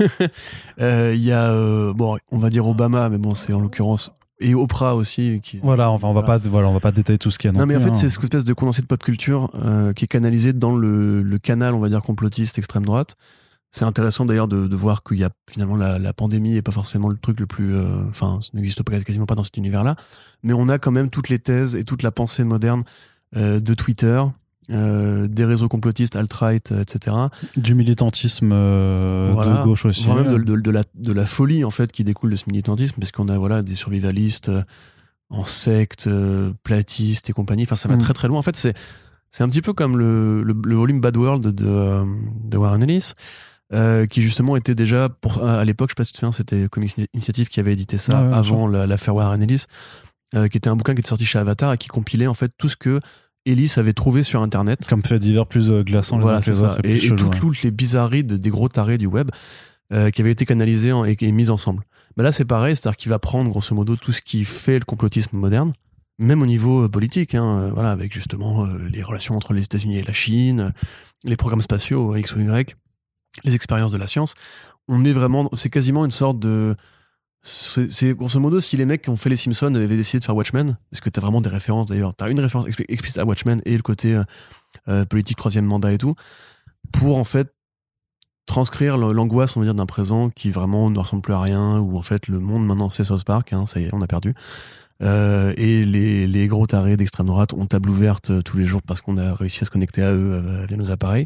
Il y a, on va dire Obama, mais bon, c'est en l'occurrence... Et Oprah aussi. Voilà, enfin, on va pas détailler tout ce qu'il y a. Non, mais en fait, c'est cette espèce de condensé de pop culture qui est canalisé dans le canal, on va dire, complotiste extrême droite. C'est intéressant d'ailleurs de voir qu'il y a finalement la pandémie et pas forcément le truc le plus... Enfin, ça n'existe pas, quasiment pas dans cet univers-là. Mais on a quand même toutes les thèses et toute la pensée moderne de Twitter, des réseaux complotistes, alt-right, etc. Du militantisme de gauche aussi. Voire même de la folie, en fait, qui découle de ce militantisme, parce qu'on a des survivalistes en secte, platistes et compagnie. Enfin, ça va très très loin. En fait, c'est un petit peu comme le volume Bad World de Warren Ellis, qui justement était déjà, à l'époque, je sais pas si tu te souviens, c'était Comics Initiative qui avait édité ça avant l'affaire Warren Ellis, qui était un bouquin qui était sorti chez Avatar et qui compilait en fait tout ce que Ellis avait trouvé sur internet comme fait divers plus glaçants les uns que les autres et toutes les bizarreries des gros tarés du web qui avaient été canalisés et mis ensemble. Mais là c'est pareil, c'est-à-dire qu'il va prendre grosso modo tout ce qui fait le complotisme moderne, même au niveau politique, avec justement les relations entre les États-Unis et la Chine, les programmes spatiaux X ou Y, les expériences de la science. C'est quasiment une sorte de... C'est grosso modo si les mecs qui ont fait les Simpsons avaient décidé de faire Watchmen, parce que t'as vraiment des références d'ailleurs, t'as une référence explicite à Watchmen et le côté politique troisième mandat et tout, pour en fait transcrire l'angoisse, on va dire, d'un présent qui vraiment ne ressemble plus à rien, où en fait le monde maintenant c'est South Park, ça y est, on a perdu. Et les gros tarés d'extrême droite ont table ouverte tous les jours parce qu'on a réussi à se connecter à eux via nos appareils.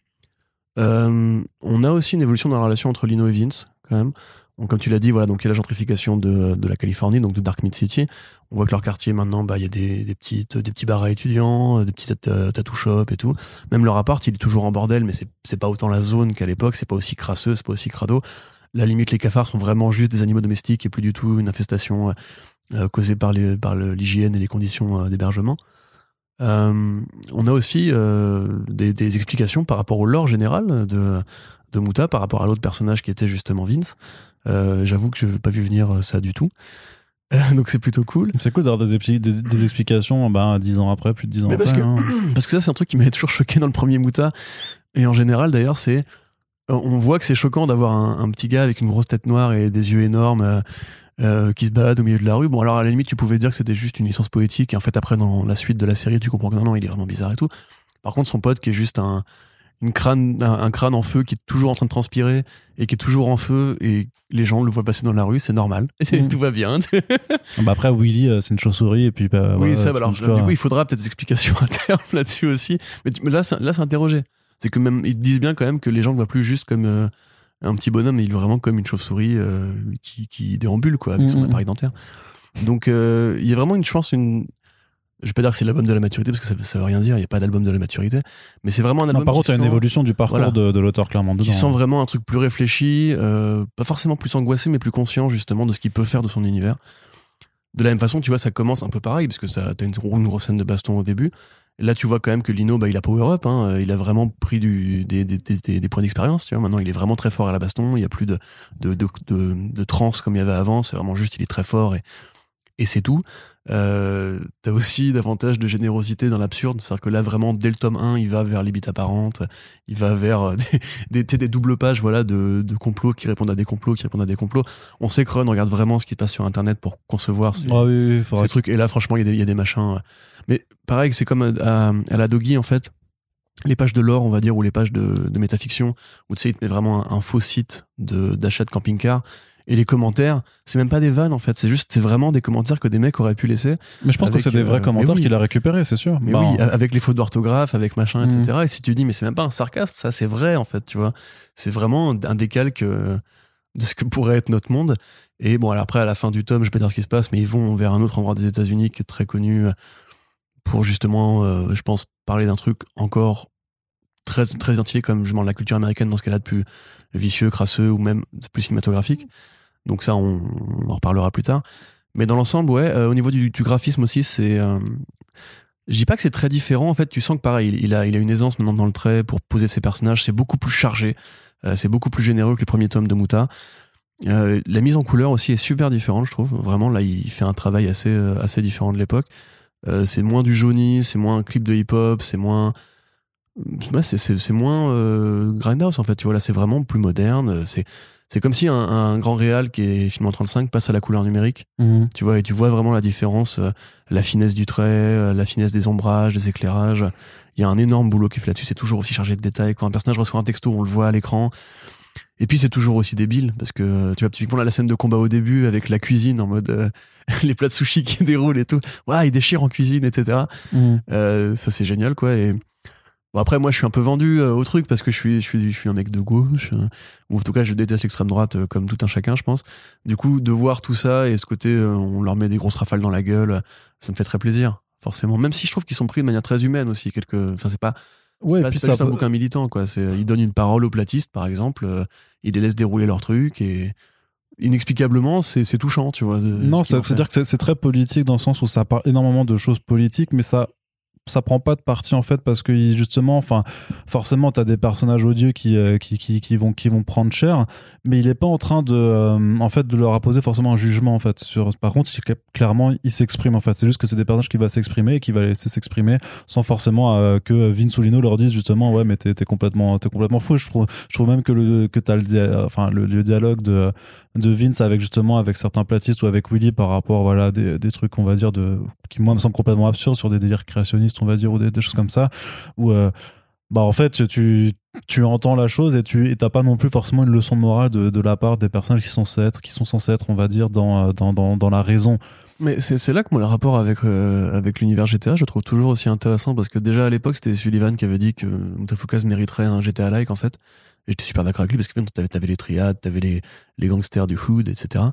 On a aussi une évolution dans la relation entre Lino et Vince, quand même. Donc, comme tu l'as dit, voilà, donc il y a la gentrification de la Californie, donc de Dark Mid City. On voit que leur quartier maintenant, il y a des petits bars à étudiants, des petits tattoo shops et tout. Même leur appart, il est toujours en bordel, mais c'est pas autant la zone qu'à l'époque, c'est pas aussi crasseux, c'est pas aussi crado. La limite, les cafards sont vraiment juste des animaux domestiques et plus du tout une infestation causée par l'hygiène et les conditions d'hébergement. On a aussi des explications par rapport au lore général de Mouta, par rapport à l'autre personnage qui était justement Vince. J'avoue que je n'ai pas vu venir ça du tout. Donc c'est plutôt cool. C'est cool d'avoir des explications 10 ans après, plus de 10 ans mais après. Parce que ça, c'est un truc qui m'avait toujours choqué dans le premier Mouta. Et en général, d'ailleurs, on voit que c'est choquant d'avoir un petit gars avec une grosse tête noire et des yeux énormes qui se balade au milieu de la rue. Bon, alors à la limite, tu pouvais dire que c'était juste une licence poétique. Et en fait, après, dans la suite de la série, tu comprends que non, il est vraiment bizarre et tout. Par contre, son pote qui est juste un crâne en feu qui est toujours en train de transpirer et qui est toujours en feu et les gens le voient passer dans la rue, c'est normal. Tout va bien. Après, Willy, c'est une chauve-souris et puis... oui, ça, alors, du coup, il faudra peut-être des explications à terme là-dessus aussi. Mais là, c'est interrogé. C'est que même, ils disent bien quand même que les gens le voient plus juste comme un petit bonhomme, mais ils le voient vraiment comme une chauve-souris qui déambule, quoi, avec son appareil dentaire. Donc, il y a vraiment je pense, je vais pas dire que c'est l'album de la maturité parce que ça veut rien dire, il y a pas d'album de la maturité, mais c'est vraiment un album par contre, il y a une évolution du parcours de l'auteur clairement dedans. Qui sent vraiment un truc plus réfléchi, pas forcément plus angoissé, mais plus conscient justement de ce qu'il peut faire de son univers. De la même façon, tu vois, ça commence un peu pareil parce que t'as une grosse scène de baston au début. Et là, tu vois quand même que Lino, il a power up, hein, il a vraiment pris des points d'expérience. Tu vois, maintenant, il est vraiment très fort à la baston. Il y a plus de trance comme il y avait avant. C'est vraiment juste, il est très fort et c'est tout. T'as aussi davantage de générosité dans l'absurde, c'est-à-dire que là vraiment dès le tome 1 il va vers les bites apparentes, il va vers des doubles pages voilà, de complots qui répondent à des complots on sait que Ron regarde vraiment ce qui se passe sur internet pour concevoir ces trucs, et là franchement il y a des machins, mais pareil c'est comme à la Doggy en fait, les pages de lore on va dire, ou les pages de métafiction où tu sais il te met vraiment un faux site d'achat de camping-car. Et les commentaires, c'est même pas des vannes en fait, c'est vraiment des commentaires que des mecs auraient pu laisser. Mais je pense que c'est des vrais commentaires qu'il a récupérés, c'est sûr. Mais oui, avec les fautes d'orthographe, avec machin, etc. Et si tu dis, mais c'est même pas un sarcasme, ça c'est vrai en fait, tu vois. C'est vraiment un décalque de ce que pourrait être notre monde. Et bon, alors après, à la fin du tome, je vais pas dire ce qui se passe, mais ils vont vers un autre endroit des États-Unis qui est très connu pour justement, je pense, parler d'un truc encore très, très identifié comme justement la culture américaine dans ce cas-là de plus vicieux, crasseux ou même plus cinématographique. Donc ça, on en reparlera plus tard. Mais dans l'ensemble, ouais, au niveau du graphisme aussi, c'est... je dis pas que c'est très différent, en fait, tu sens que pareil, il a une aisance maintenant dans le trait pour poser ses personnages, c'est beaucoup plus chargé, c'est beaucoup plus généreux que les premiers tomes de Muta. La mise en couleur aussi est super différente, je trouve. Vraiment, là, il fait un travail assez différent de l'époque. C'est moins du jauni, c'est moins un clip de hip-hop, c'est moins... c'est moins grindhouse en fait, tu vois, là c'est vraiment plus moderne, c'est comme si un grand réal qui est filmé en 35 passe à la couleur numérique, tu vois, et tu vois vraiment la différence, la finesse du trait, la finesse des ombrages, des éclairages. Il y a un énorme boulot qui fait là-dessus, c'est toujours aussi chargé de détails. Quand un personnage reçoit un texto, on le voit à l'écran. Et puis c'est toujours aussi débile parce que tu vois, typiquement là, la scène de combat au début avec la cuisine en mode les plats de sushi qui déroulent et tout, ouais, il déchire en cuisine, etc. Ça c'est génial quoi. Et bon, après, moi, je suis un peu vendu au truc parce que je suis un mec de gauche, ou en tout cas, je déteste l'extrême droite comme tout un chacun, je pense. Du coup, de voir tout ça et ce côté, on leur met des grosses rafales dans la gueule, ça me fait très plaisir, forcément. Même si je trouve qu'ils sont pris de manière très humaine aussi. Enfin, c'est pas juste un bouquin militant, quoi. Ils donnent une parole aux platistes, par exemple, ils les laissent dérouler leur truc et inexplicablement, c'est touchant, tu vois. Non, ça veut dire que c'est très politique dans le sens où ça parle énormément de choses politiques, mais ça prend pas de parti en fait parce que justement, enfin, forcément t'as des personnages odieux qui vont prendre cher, mais il est pas en train de en fait de leur apposer forcément un jugement en fait sur. Par contre, clairement il s'exprime en fait, c'est juste que c'est des personnages qui va s'exprimer et qui va laisser s'exprimer sans forcément que Vince ou Lino leur dise justement ouais mais t'es complètement fou. Je trouve même que t'as le dialogue de Vince avec certains platistes ou avec Willy par rapport voilà des trucs on va dire qui moi me semblent complètement absurdes sur des délires créationnistes on va dire ou des choses comme ça où bah en fait tu entends la chose et t'as pas non plus forcément une leçon de morale de la part des personnages qui sont censés être on va dire dans la raison. Mais c'est là que moi le rapport avec l'univers GTA je trouve toujours aussi intéressant parce que déjà à l'époque c'était Sullivan qui avait dit que Mutafukaz mériterait un GTA-like en fait. Et j'étais super d'accord avec lui parce que t'avais les triades, t'avais les gangsters du hood, etc.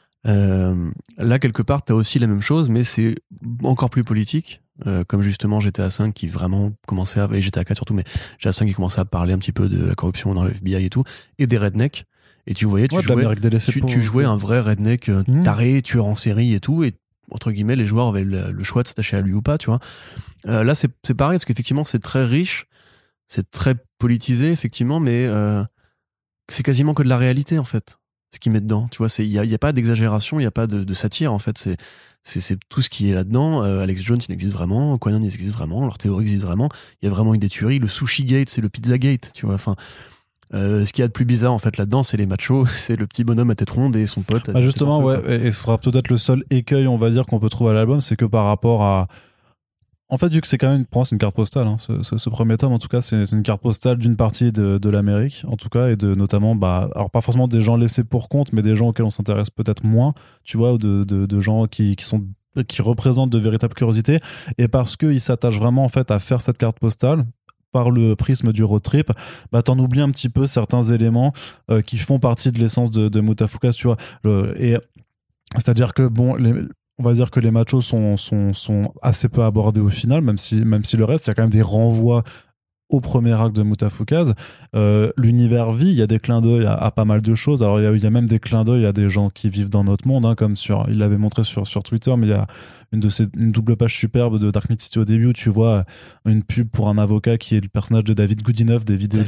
Là quelque part t'as aussi la même chose mais c'est encore plus politique. Comme justement GTA V qui vraiment commençait et GTA 4 surtout, mais GTA V qui commençait à parler un petit peu de la corruption dans le FBI et tout, et des rednecks. Et tu voyais, tu jouais un vrai redneck taré, tueur en série et tout, et entre guillemets, les joueurs avaient le choix de s'attacher à lui ou pas, tu vois. Là, c'est pareil, parce qu'effectivement, c'est très riche, c'est très politisé, effectivement, mais c'est quasiment que de la réalité, en fait, ce qu'ils mettent dedans. Tu vois, il y a pas d'exagération, il y a pas de satire, en fait, c'est tout ce qui est là-dedans. Alex Jones, il existe vraiment. Conan, il existe vraiment. Leur théorie existe vraiment. Il y a vraiment eu des tueries. Le Sushi Gate, c'est le Pizza Gate, tu vois. Enfin, ce qu'il y a de plus bizarre, en fait, là-dedans, c'est les machos. C'est le petit bonhomme à tête ronde et son pote. Justement, ouais. Et ce sera peut-être le seul écueil, on va dire, qu'on peut trouver à l'album, c'est que par rapport à... En fait, vu que c'est quand même c'est une carte postale, hein, ce premier tome, en tout cas, c'est une carte postale d'une partie de l'Amérique, en tout cas, et de notamment, alors pas forcément des gens laissés pour compte, mais des gens auxquels on s'intéresse peut-être moins, tu vois, ou de gens qui représentent de véritables curiosités, et parce qu'ils s'attachent vraiment, en fait, à faire cette carte postale, par le prisme du road trip, t'en oublies un petit peu certains éléments qui font partie de l'essence de Mutafukaz, tu vois. Et c'est-à-dire que, bon... on va dire que les machos sont assez peu abordés au final, même si le reste, il y a quand même des renvois au premier arc de Mutafukaz. L'univers vit, il y a des clins d'œil à pas mal de choses. Alors il y a même des clins d'œil à des gens qui vivent dans notre monde, hein, comme il l'avait montré sur Twitter, mais il y a une double page superbe de Dark Knight City au début où tu vois une pub pour un avocat qui est le personnage de David Goodenough des vidéos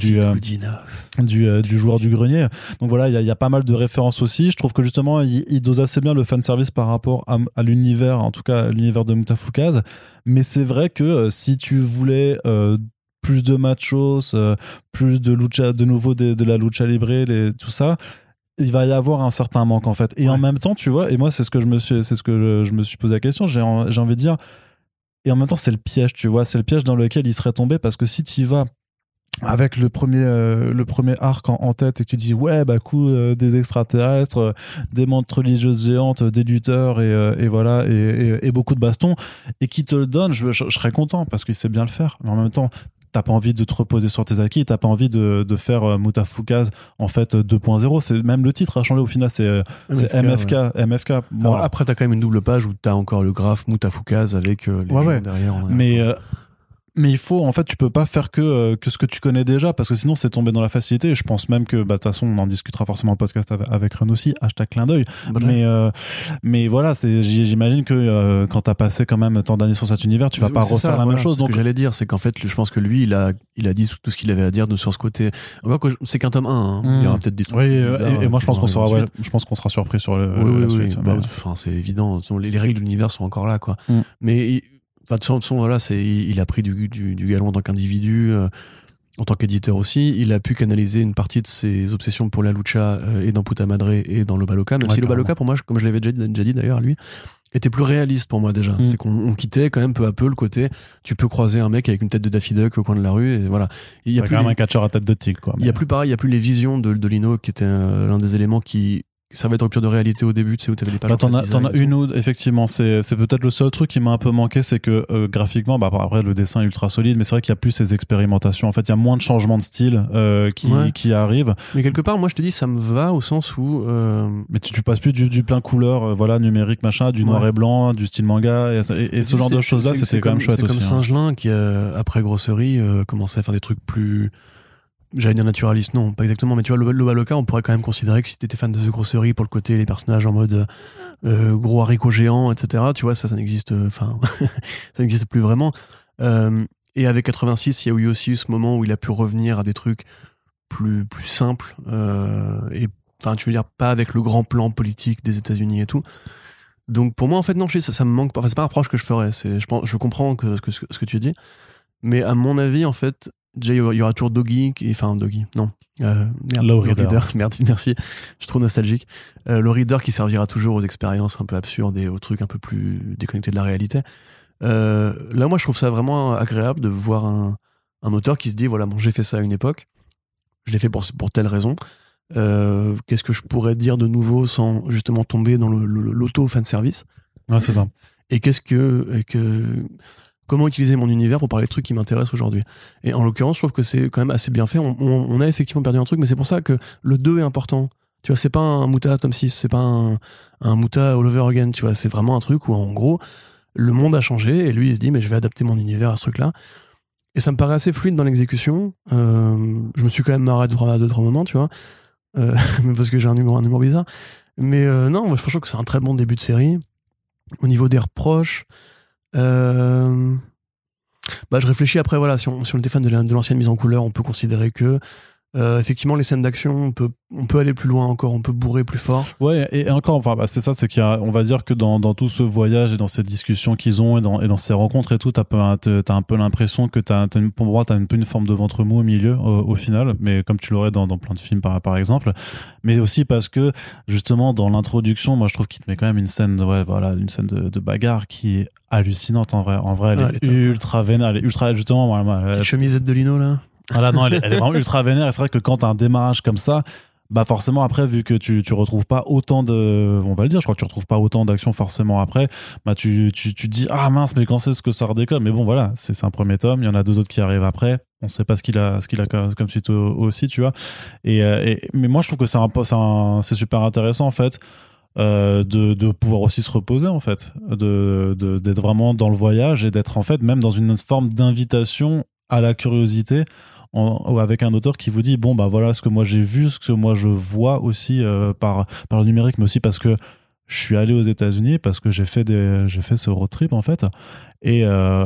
du joueur du grenier. Donc voilà, il y a pas mal de références aussi. Je trouve que justement il dose assez bien le fanservice par rapport à l'univers, en tout cas l'univers de Mutafukaz. Mais c'est vrai que si tu voulais plus de machos, plus de lucha, de nouveau de la lucha libre, tout ça, il va y avoir un certain manque en fait. Et en même temps, tu vois, et moi c'est ce que je me suis posé la question, j'ai envie de dire, et en même temps c'est le piège, tu vois, c'est le piège dans lequel il serait tombé, parce que si tu y vas avec le premier arc en tête et que tu dis ouais bah coup des extraterrestres, des mantes religieuses géantes, des lutteurs et voilà et beaucoup de bastons, et qui te le donne, je serais content parce qu'il sait bien le faire, mais en même temps t'as pas envie de te reposer sur tes acquis, t'as pas envie de faire Mutafukaz en fait 2.0. C'est même le titre a changé au final, c'est MFK. Ouais. MFK. Bon, alors, après t'as quand même une double page où t'as encore le graphe Mutafukaz avec les gens derrière. Mais il faut, en fait, tu peux pas faire que ce que tu connais déjà, parce que sinon c'est tomber dans la facilité. Et je pense même que, de toute façon, on en discutera forcément au podcast avec Ren aussi, #clin d'œil. Mais voilà, j'imagine que quand t'as passé quand même tant d'années sur cet univers, tu vas pas refaire la même chose. Donc, ce que j'allais dire, c'est qu'en fait, je pense que lui, il a dit tout ce qu'il avait à dire sur ce côté. Encore que c'est qu'un tome 1, hein. Il y aura peut-être des trucs. Oui, et moi je pense qu'on sera surpris sur la suite. Enfin, c'est évident. Les règles de l'univers sont encore là, quoi. Mais de toute façon, voilà, il a pris du galon en tant qu'individu, en tant qu'éditeur aussi. Il a pu canaliser une partie de ses obsessions pour la lucha et dans Puta Madre et dans Loba Loca. Même si Loba Loca, pour moi, comme je l'avais déjà dit d'ailleurs, lui, était plus réaliste pour moi déjà. C'est qu'on quittait quand même peu à peu le côté, tu peux croiser un mec avec une tête de Daffy Duck au coin de la rue, et voilà. Il y a plus quand même un catcheur à tête de tigre, quoi. Il y a plus pareil, il y a plus les visions de Lino, qui était l'un des éléments qui servait de rupture de réalité au début, tu sais, où t'avais les pages. T'en as une ou effectivement, c'est peut-être le seul truc qui m'a un peu manqué, c'est que graphiquement, après le dessin est ultra solide, mais c'est vrai qu'il y a plus ces expérimentations. En fait, il y a moins de changements de style qui arrivent. Mais quelque part, moi, je te dis, ça me va au sens où. Mais tu passes plus du plein couleur, voilà, numérique, machin, du noir et blanc, du style manga, et ce genre de choses-là, c'était quand même chouette aussi. C'est comme Singelin qui, après Grosserie, commençait à faire des trucs plus. J'allais dire naturaliste, non, pas exactement, mais tu vois, Loba Loca, on pourrait quand même considérer que si t'étais fan de The Grosserie pour le côté, les personnages en mode gros haricots géants, etc., tu vois, ça n'existe, ça n'existe plus vraiment. Et avec 86, il y a eu aussi ce moment où il a pu revenir à des trucs plus simples, et enfin, tu veux dire, pas avec le grand plan politique des États-Unis et tout. Donc pour moi, en fait, non, ça me manque pas. Enfin, c'est pas un reproche que je ferais. Je comprends ce que tu dis, mais à mon avis, en fait, déjà, il y aura toujours Doggy, Low Reader. Merde, merci, je suis trop nostalgique. Le Reader qui servira toujours aux expériences un peu absurdes et aux trucs un peu plus déconnectés de la réalité. Là, moi, je trouve ça vraiment agréable de voir un auteur qui se dit, voilà, bon, j'ai fait ça à une époque, je l'ai fait pour telle raison. Qu'est-ce que je pourrais dire de nouveau sans justement tomber dans l'auto-fanservice? Ouais, c'est ça. Et comment utiliser mon univers pour parler de trucs qui m'intéressent aujourd'hui. Et en l'occurrence, je trouve que c'est quand même assez bien fait. On a effectivement perdu un truc, mais c'est pour ça que le 2 est important. Tu vois, c'est pas un Muta tome 6, c'est pas un Muta all over again, tu vois, c'est vraiment un truc où, en gros, le monde a changé, et lui, il se dit, mais je vais adapter mon univers à ce truc-là. Et ça me paraît assez fluide dans l'exécution. Je me suis quand même marré à 2-3 moments, tu vois, parce que j'ai un humour bizarre. Mais non, moi, je trouve que c'est un très bon début de série. Au niveau des reproches, je réfléchis après, voilà, si on était fan de l'ancienne mise en couleur, on peut considérer que effectivement les scènes d'action, on peut aller plus loin encore, on peut bourrer plus fort. Ouais, et encore, enfin, c'est ça, c'est on va dire que dans tout ce voyage et dans ces discussions qu'ils ont et dans ces rencontres et tout, t'as un peu l'impression que pour moi, t'as un peu une forme de ventre mou au milieu, au final, mais comme tu l'aurais dans plein de films par exemple, mais aussi parce que justement dans l'introduction, moi je trouve qu'il te met quand même une scène, une scène de bagarre qui est hallucinante en vrai, elle est ultra vénère, elle est ultra, justement, petite chemisette de lino là. Voilà, non, elle est vraiment ultra vénère, et c'est vrai que quand t'as un démarrage comme ça, forcément après, vu que tu retrouves pas autant on va le dire, je crois que tu retrouves pas autant d'action forcément après, tu te dis, ah mince, mais quand c'est ce que ça redécolle, mais bon voilà, c'est un premier tome, il y en a 2 autres qui arrivent après, on sait pas ce qu'il a comme suite aussi, tu vois, mais moi je trouve que c'est super intéressant en fait. de pouvoir aussi se reposer en fait, d'être vraiment dans le voyage et d'être en fait même dans une forme d'invitation à la curiosité avec un auteur qui vous dit bon bah voilà ce que moi j'ai vu, ce que moi je vois aussi par le numérique, mais aussi parce que je suis allé aux États-Unis, parce que j'ai fait ce road trip en fait, et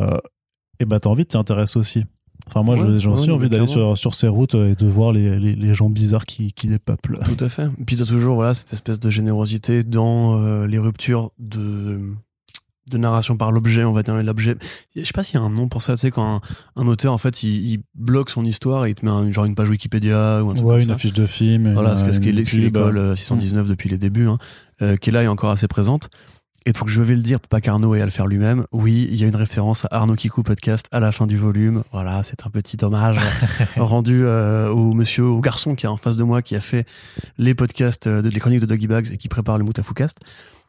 bah t'as envie de t'y intéresser aussi. Enfin, moi, j'ai aussi envie d'aller sur ces routes et de voir les gens bizarres qui les peuplent. Tout à fait. Et puis, t'as toujours cette espèce de générosité dans les ruptures de narration par l'objet, on va dire. L'objet, je sais pas s'il y a un nom pour ça, tu sais, quand un auteur, en fait, il bloque son histoire et il te met une page Wikipédia ou un truc comme ça. Une affiche de film. Voilà, ce qu'est l'école 619 depuis les débuts, qui est là et encore assez présente. Et donc je vais le dire, pas qu'Arnaud ait à le faire lui-même. Oui, il y a une référence à Arnaud Kikou Podcast à la fin du volume. Voilà, c'est un petit hommage rendu au garçon qui est en face de moi, qui a fait les podcasts, les chroniques de Doggy Bags et qui prépare le Moutafoukast.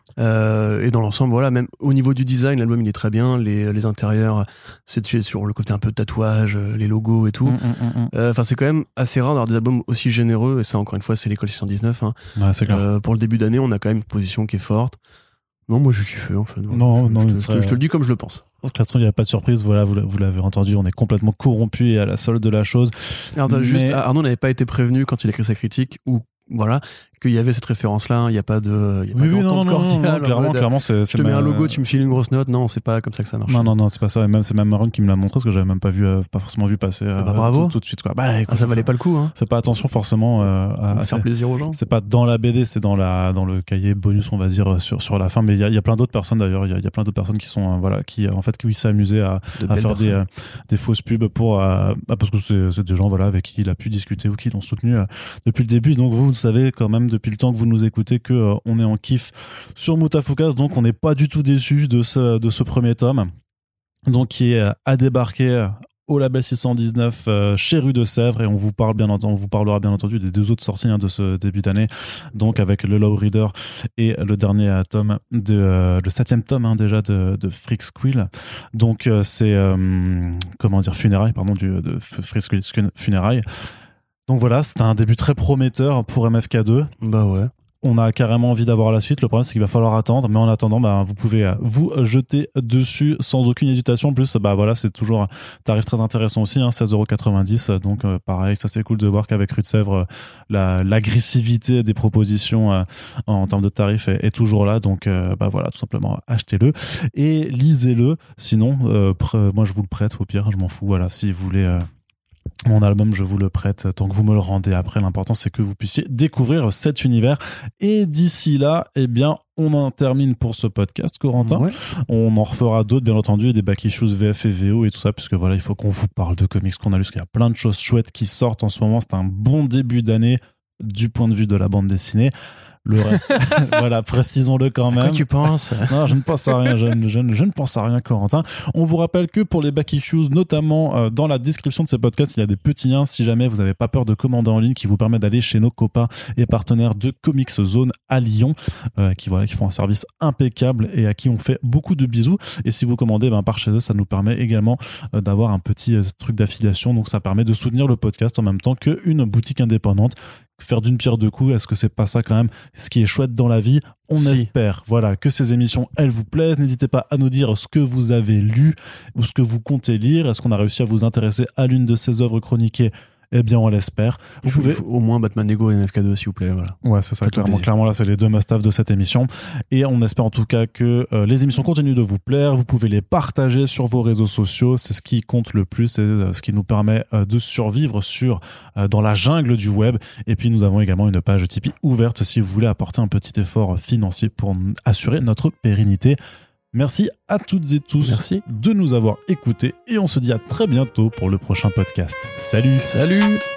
Et dans l'ensemble, voilà, même au niveau du design, l'album il est très bien. Les intérieurs, c'est sur le côté un peu tatouage, les logos et tout. Enfin, c'est quand même assez rare d'avoir des albums aussi généreux. Et ça, encore une fois, c'est l'école 619. Ouais, c'est clair. Pour le début d'année, on a quand même une position qui est forte. Non, moi j'ai kiffé en fait. Je te le dis comme je le pense. De toute façon, il n'y a pas de surprise. Voilà, vous l'avez entendu, on est complètement corrompu et à la solde de la chose. Alors, juste, Arnaud n'avait pas été prévenu quand il a écrit sa critique, ou voilà, qu'il y avait cette référence-là. Il n'y a pas d'entente cordiale. Clairement, c'est. Je te mets un logo, tu me files une grosse note. Non, c'est pas comme ça que ça marche. Non, c'est pas ça. Et c'est même Maron qui me l'a montré parce que j'avais même pas forcément vu passer. Bravo. Tout de suite, quoi. Écoute, ça valait pas le coup. Fais pas attention forcément à faire plaisir aux gens. C'est pas dans la BD, c'est dans le cahier bonus, on va dire, sur la fin. Mais il y a plein d'autres personnes d'ailleurs. Il y a plein d'autres personnes qui sont qui en fait qui s'amusaient à faire des fausses pubs parce que c'est des gens avec qui il a pu discuter ou qui l'ont soutenu depuis le début. Donc vous savez quand même depuis le temps que vous nous écoutez que on est en kiff sur Moutafoukast, donc on n'est pas du tout déçu de ce premier tome, donc qui est à débarquer au label 619 chez Rue de Sèvres, et on vous parlera bien entendu des deux autres sorties de ce début d'année, donc avec le Low Reader et le dernier tome le 7e tome déjà de Freak Squill. Donc c'est Funérailles, de Freak Squill Funérailles. Donc voilà, c'était un début très prometteur pour MFK2. Bah ouais. On a carrément envie d'avoir la suite. Le problème, c'est qu'il va falloir attendre. Mais en attendant, vous pouvez vous jeter dessus sans aucune hésitation. En plus, c'est toujours un tarif très intéressant aussi, 16,90 €. Donc, pareil, ça c'est cool de voir qu'avec Rue de Sèvres, l'agressivité des propositions en termes de tarifs est toujours là. Donc, tout simplement, achetez-le et lisez-le. Sinon, moi, je vous le prête au pire. Je m'en fous. Voilà, si vous voulez... mon album, je vous le prête tant que vous me le rendez après. L'important, c'est que vous puissiez découvrir cet univers. Et d'ici là, on en termine pour ce podcast, Corentin. Ouais. On en refera d'autres, bien entendu, des back issues VF et VO et tout ça, puisque il faut qu'on vous parle de comics qu'on a lu, parce qu'il y a plein de choses chouettes qui sortent en ce moment. C'est un bon début d'année du point de vue de la bande dessinée. Le reste, précisons-le quand même. À quoi tu penses ? Non, je ne pense à rien, je ne pense à rien, Corentin. On vous rappelle que pour les back issues, notamment dans la description de ce podcast, il y a des petits liens si jamais vous n'avez pas peur de commander en ligne, qui vous permettent d'aller chez nos copains et partenaires de Comics Zone à Lyon, qui font un service impeccable et à qui on fait beaucoup de bisous. Et si vous commandez par chez eux, ça nous permet également d'avoir un petit truc d'affiliation. Donc ça permet de soutenir le podcast en même temps qu'une boutique indépendante. Faire d'une pierre deux coups, est-ce que c'est pas ça quand même ce qui est chouette dans la vie ? On espère que ces émissions elles vous plaisent. N'hésitez pas à nous dire ce que vous avez lu ou ce que vous comptez lire. Est-ce qu'on a réussi à vous intéresser à l'une de ces œuvres chroniquées ? Eh bien, on l'espère. Vous pouvez au moins Batman Ego et MFK2, s'il vous plaît. Voilà. Ouais, c'est ça. Clairement, là, c'est les deux must-have de cette émission. Et on espère en tout cas que les émissions continuent de vous plaire. Vous pouvez les partager sur vos réseaux sociaux. C'est ce qui compte le plus. C'est ce qui nous permet de survivre dans la jungle du web. Et puis, nous avons également une page Tipeee ouverte si vous voulez apporter un petit effort financier pour assurer notre pérennité. Merci à toutes et tous de nous avoir écoutés et on se dit à très bientôt pour le prochain podcast. Salut.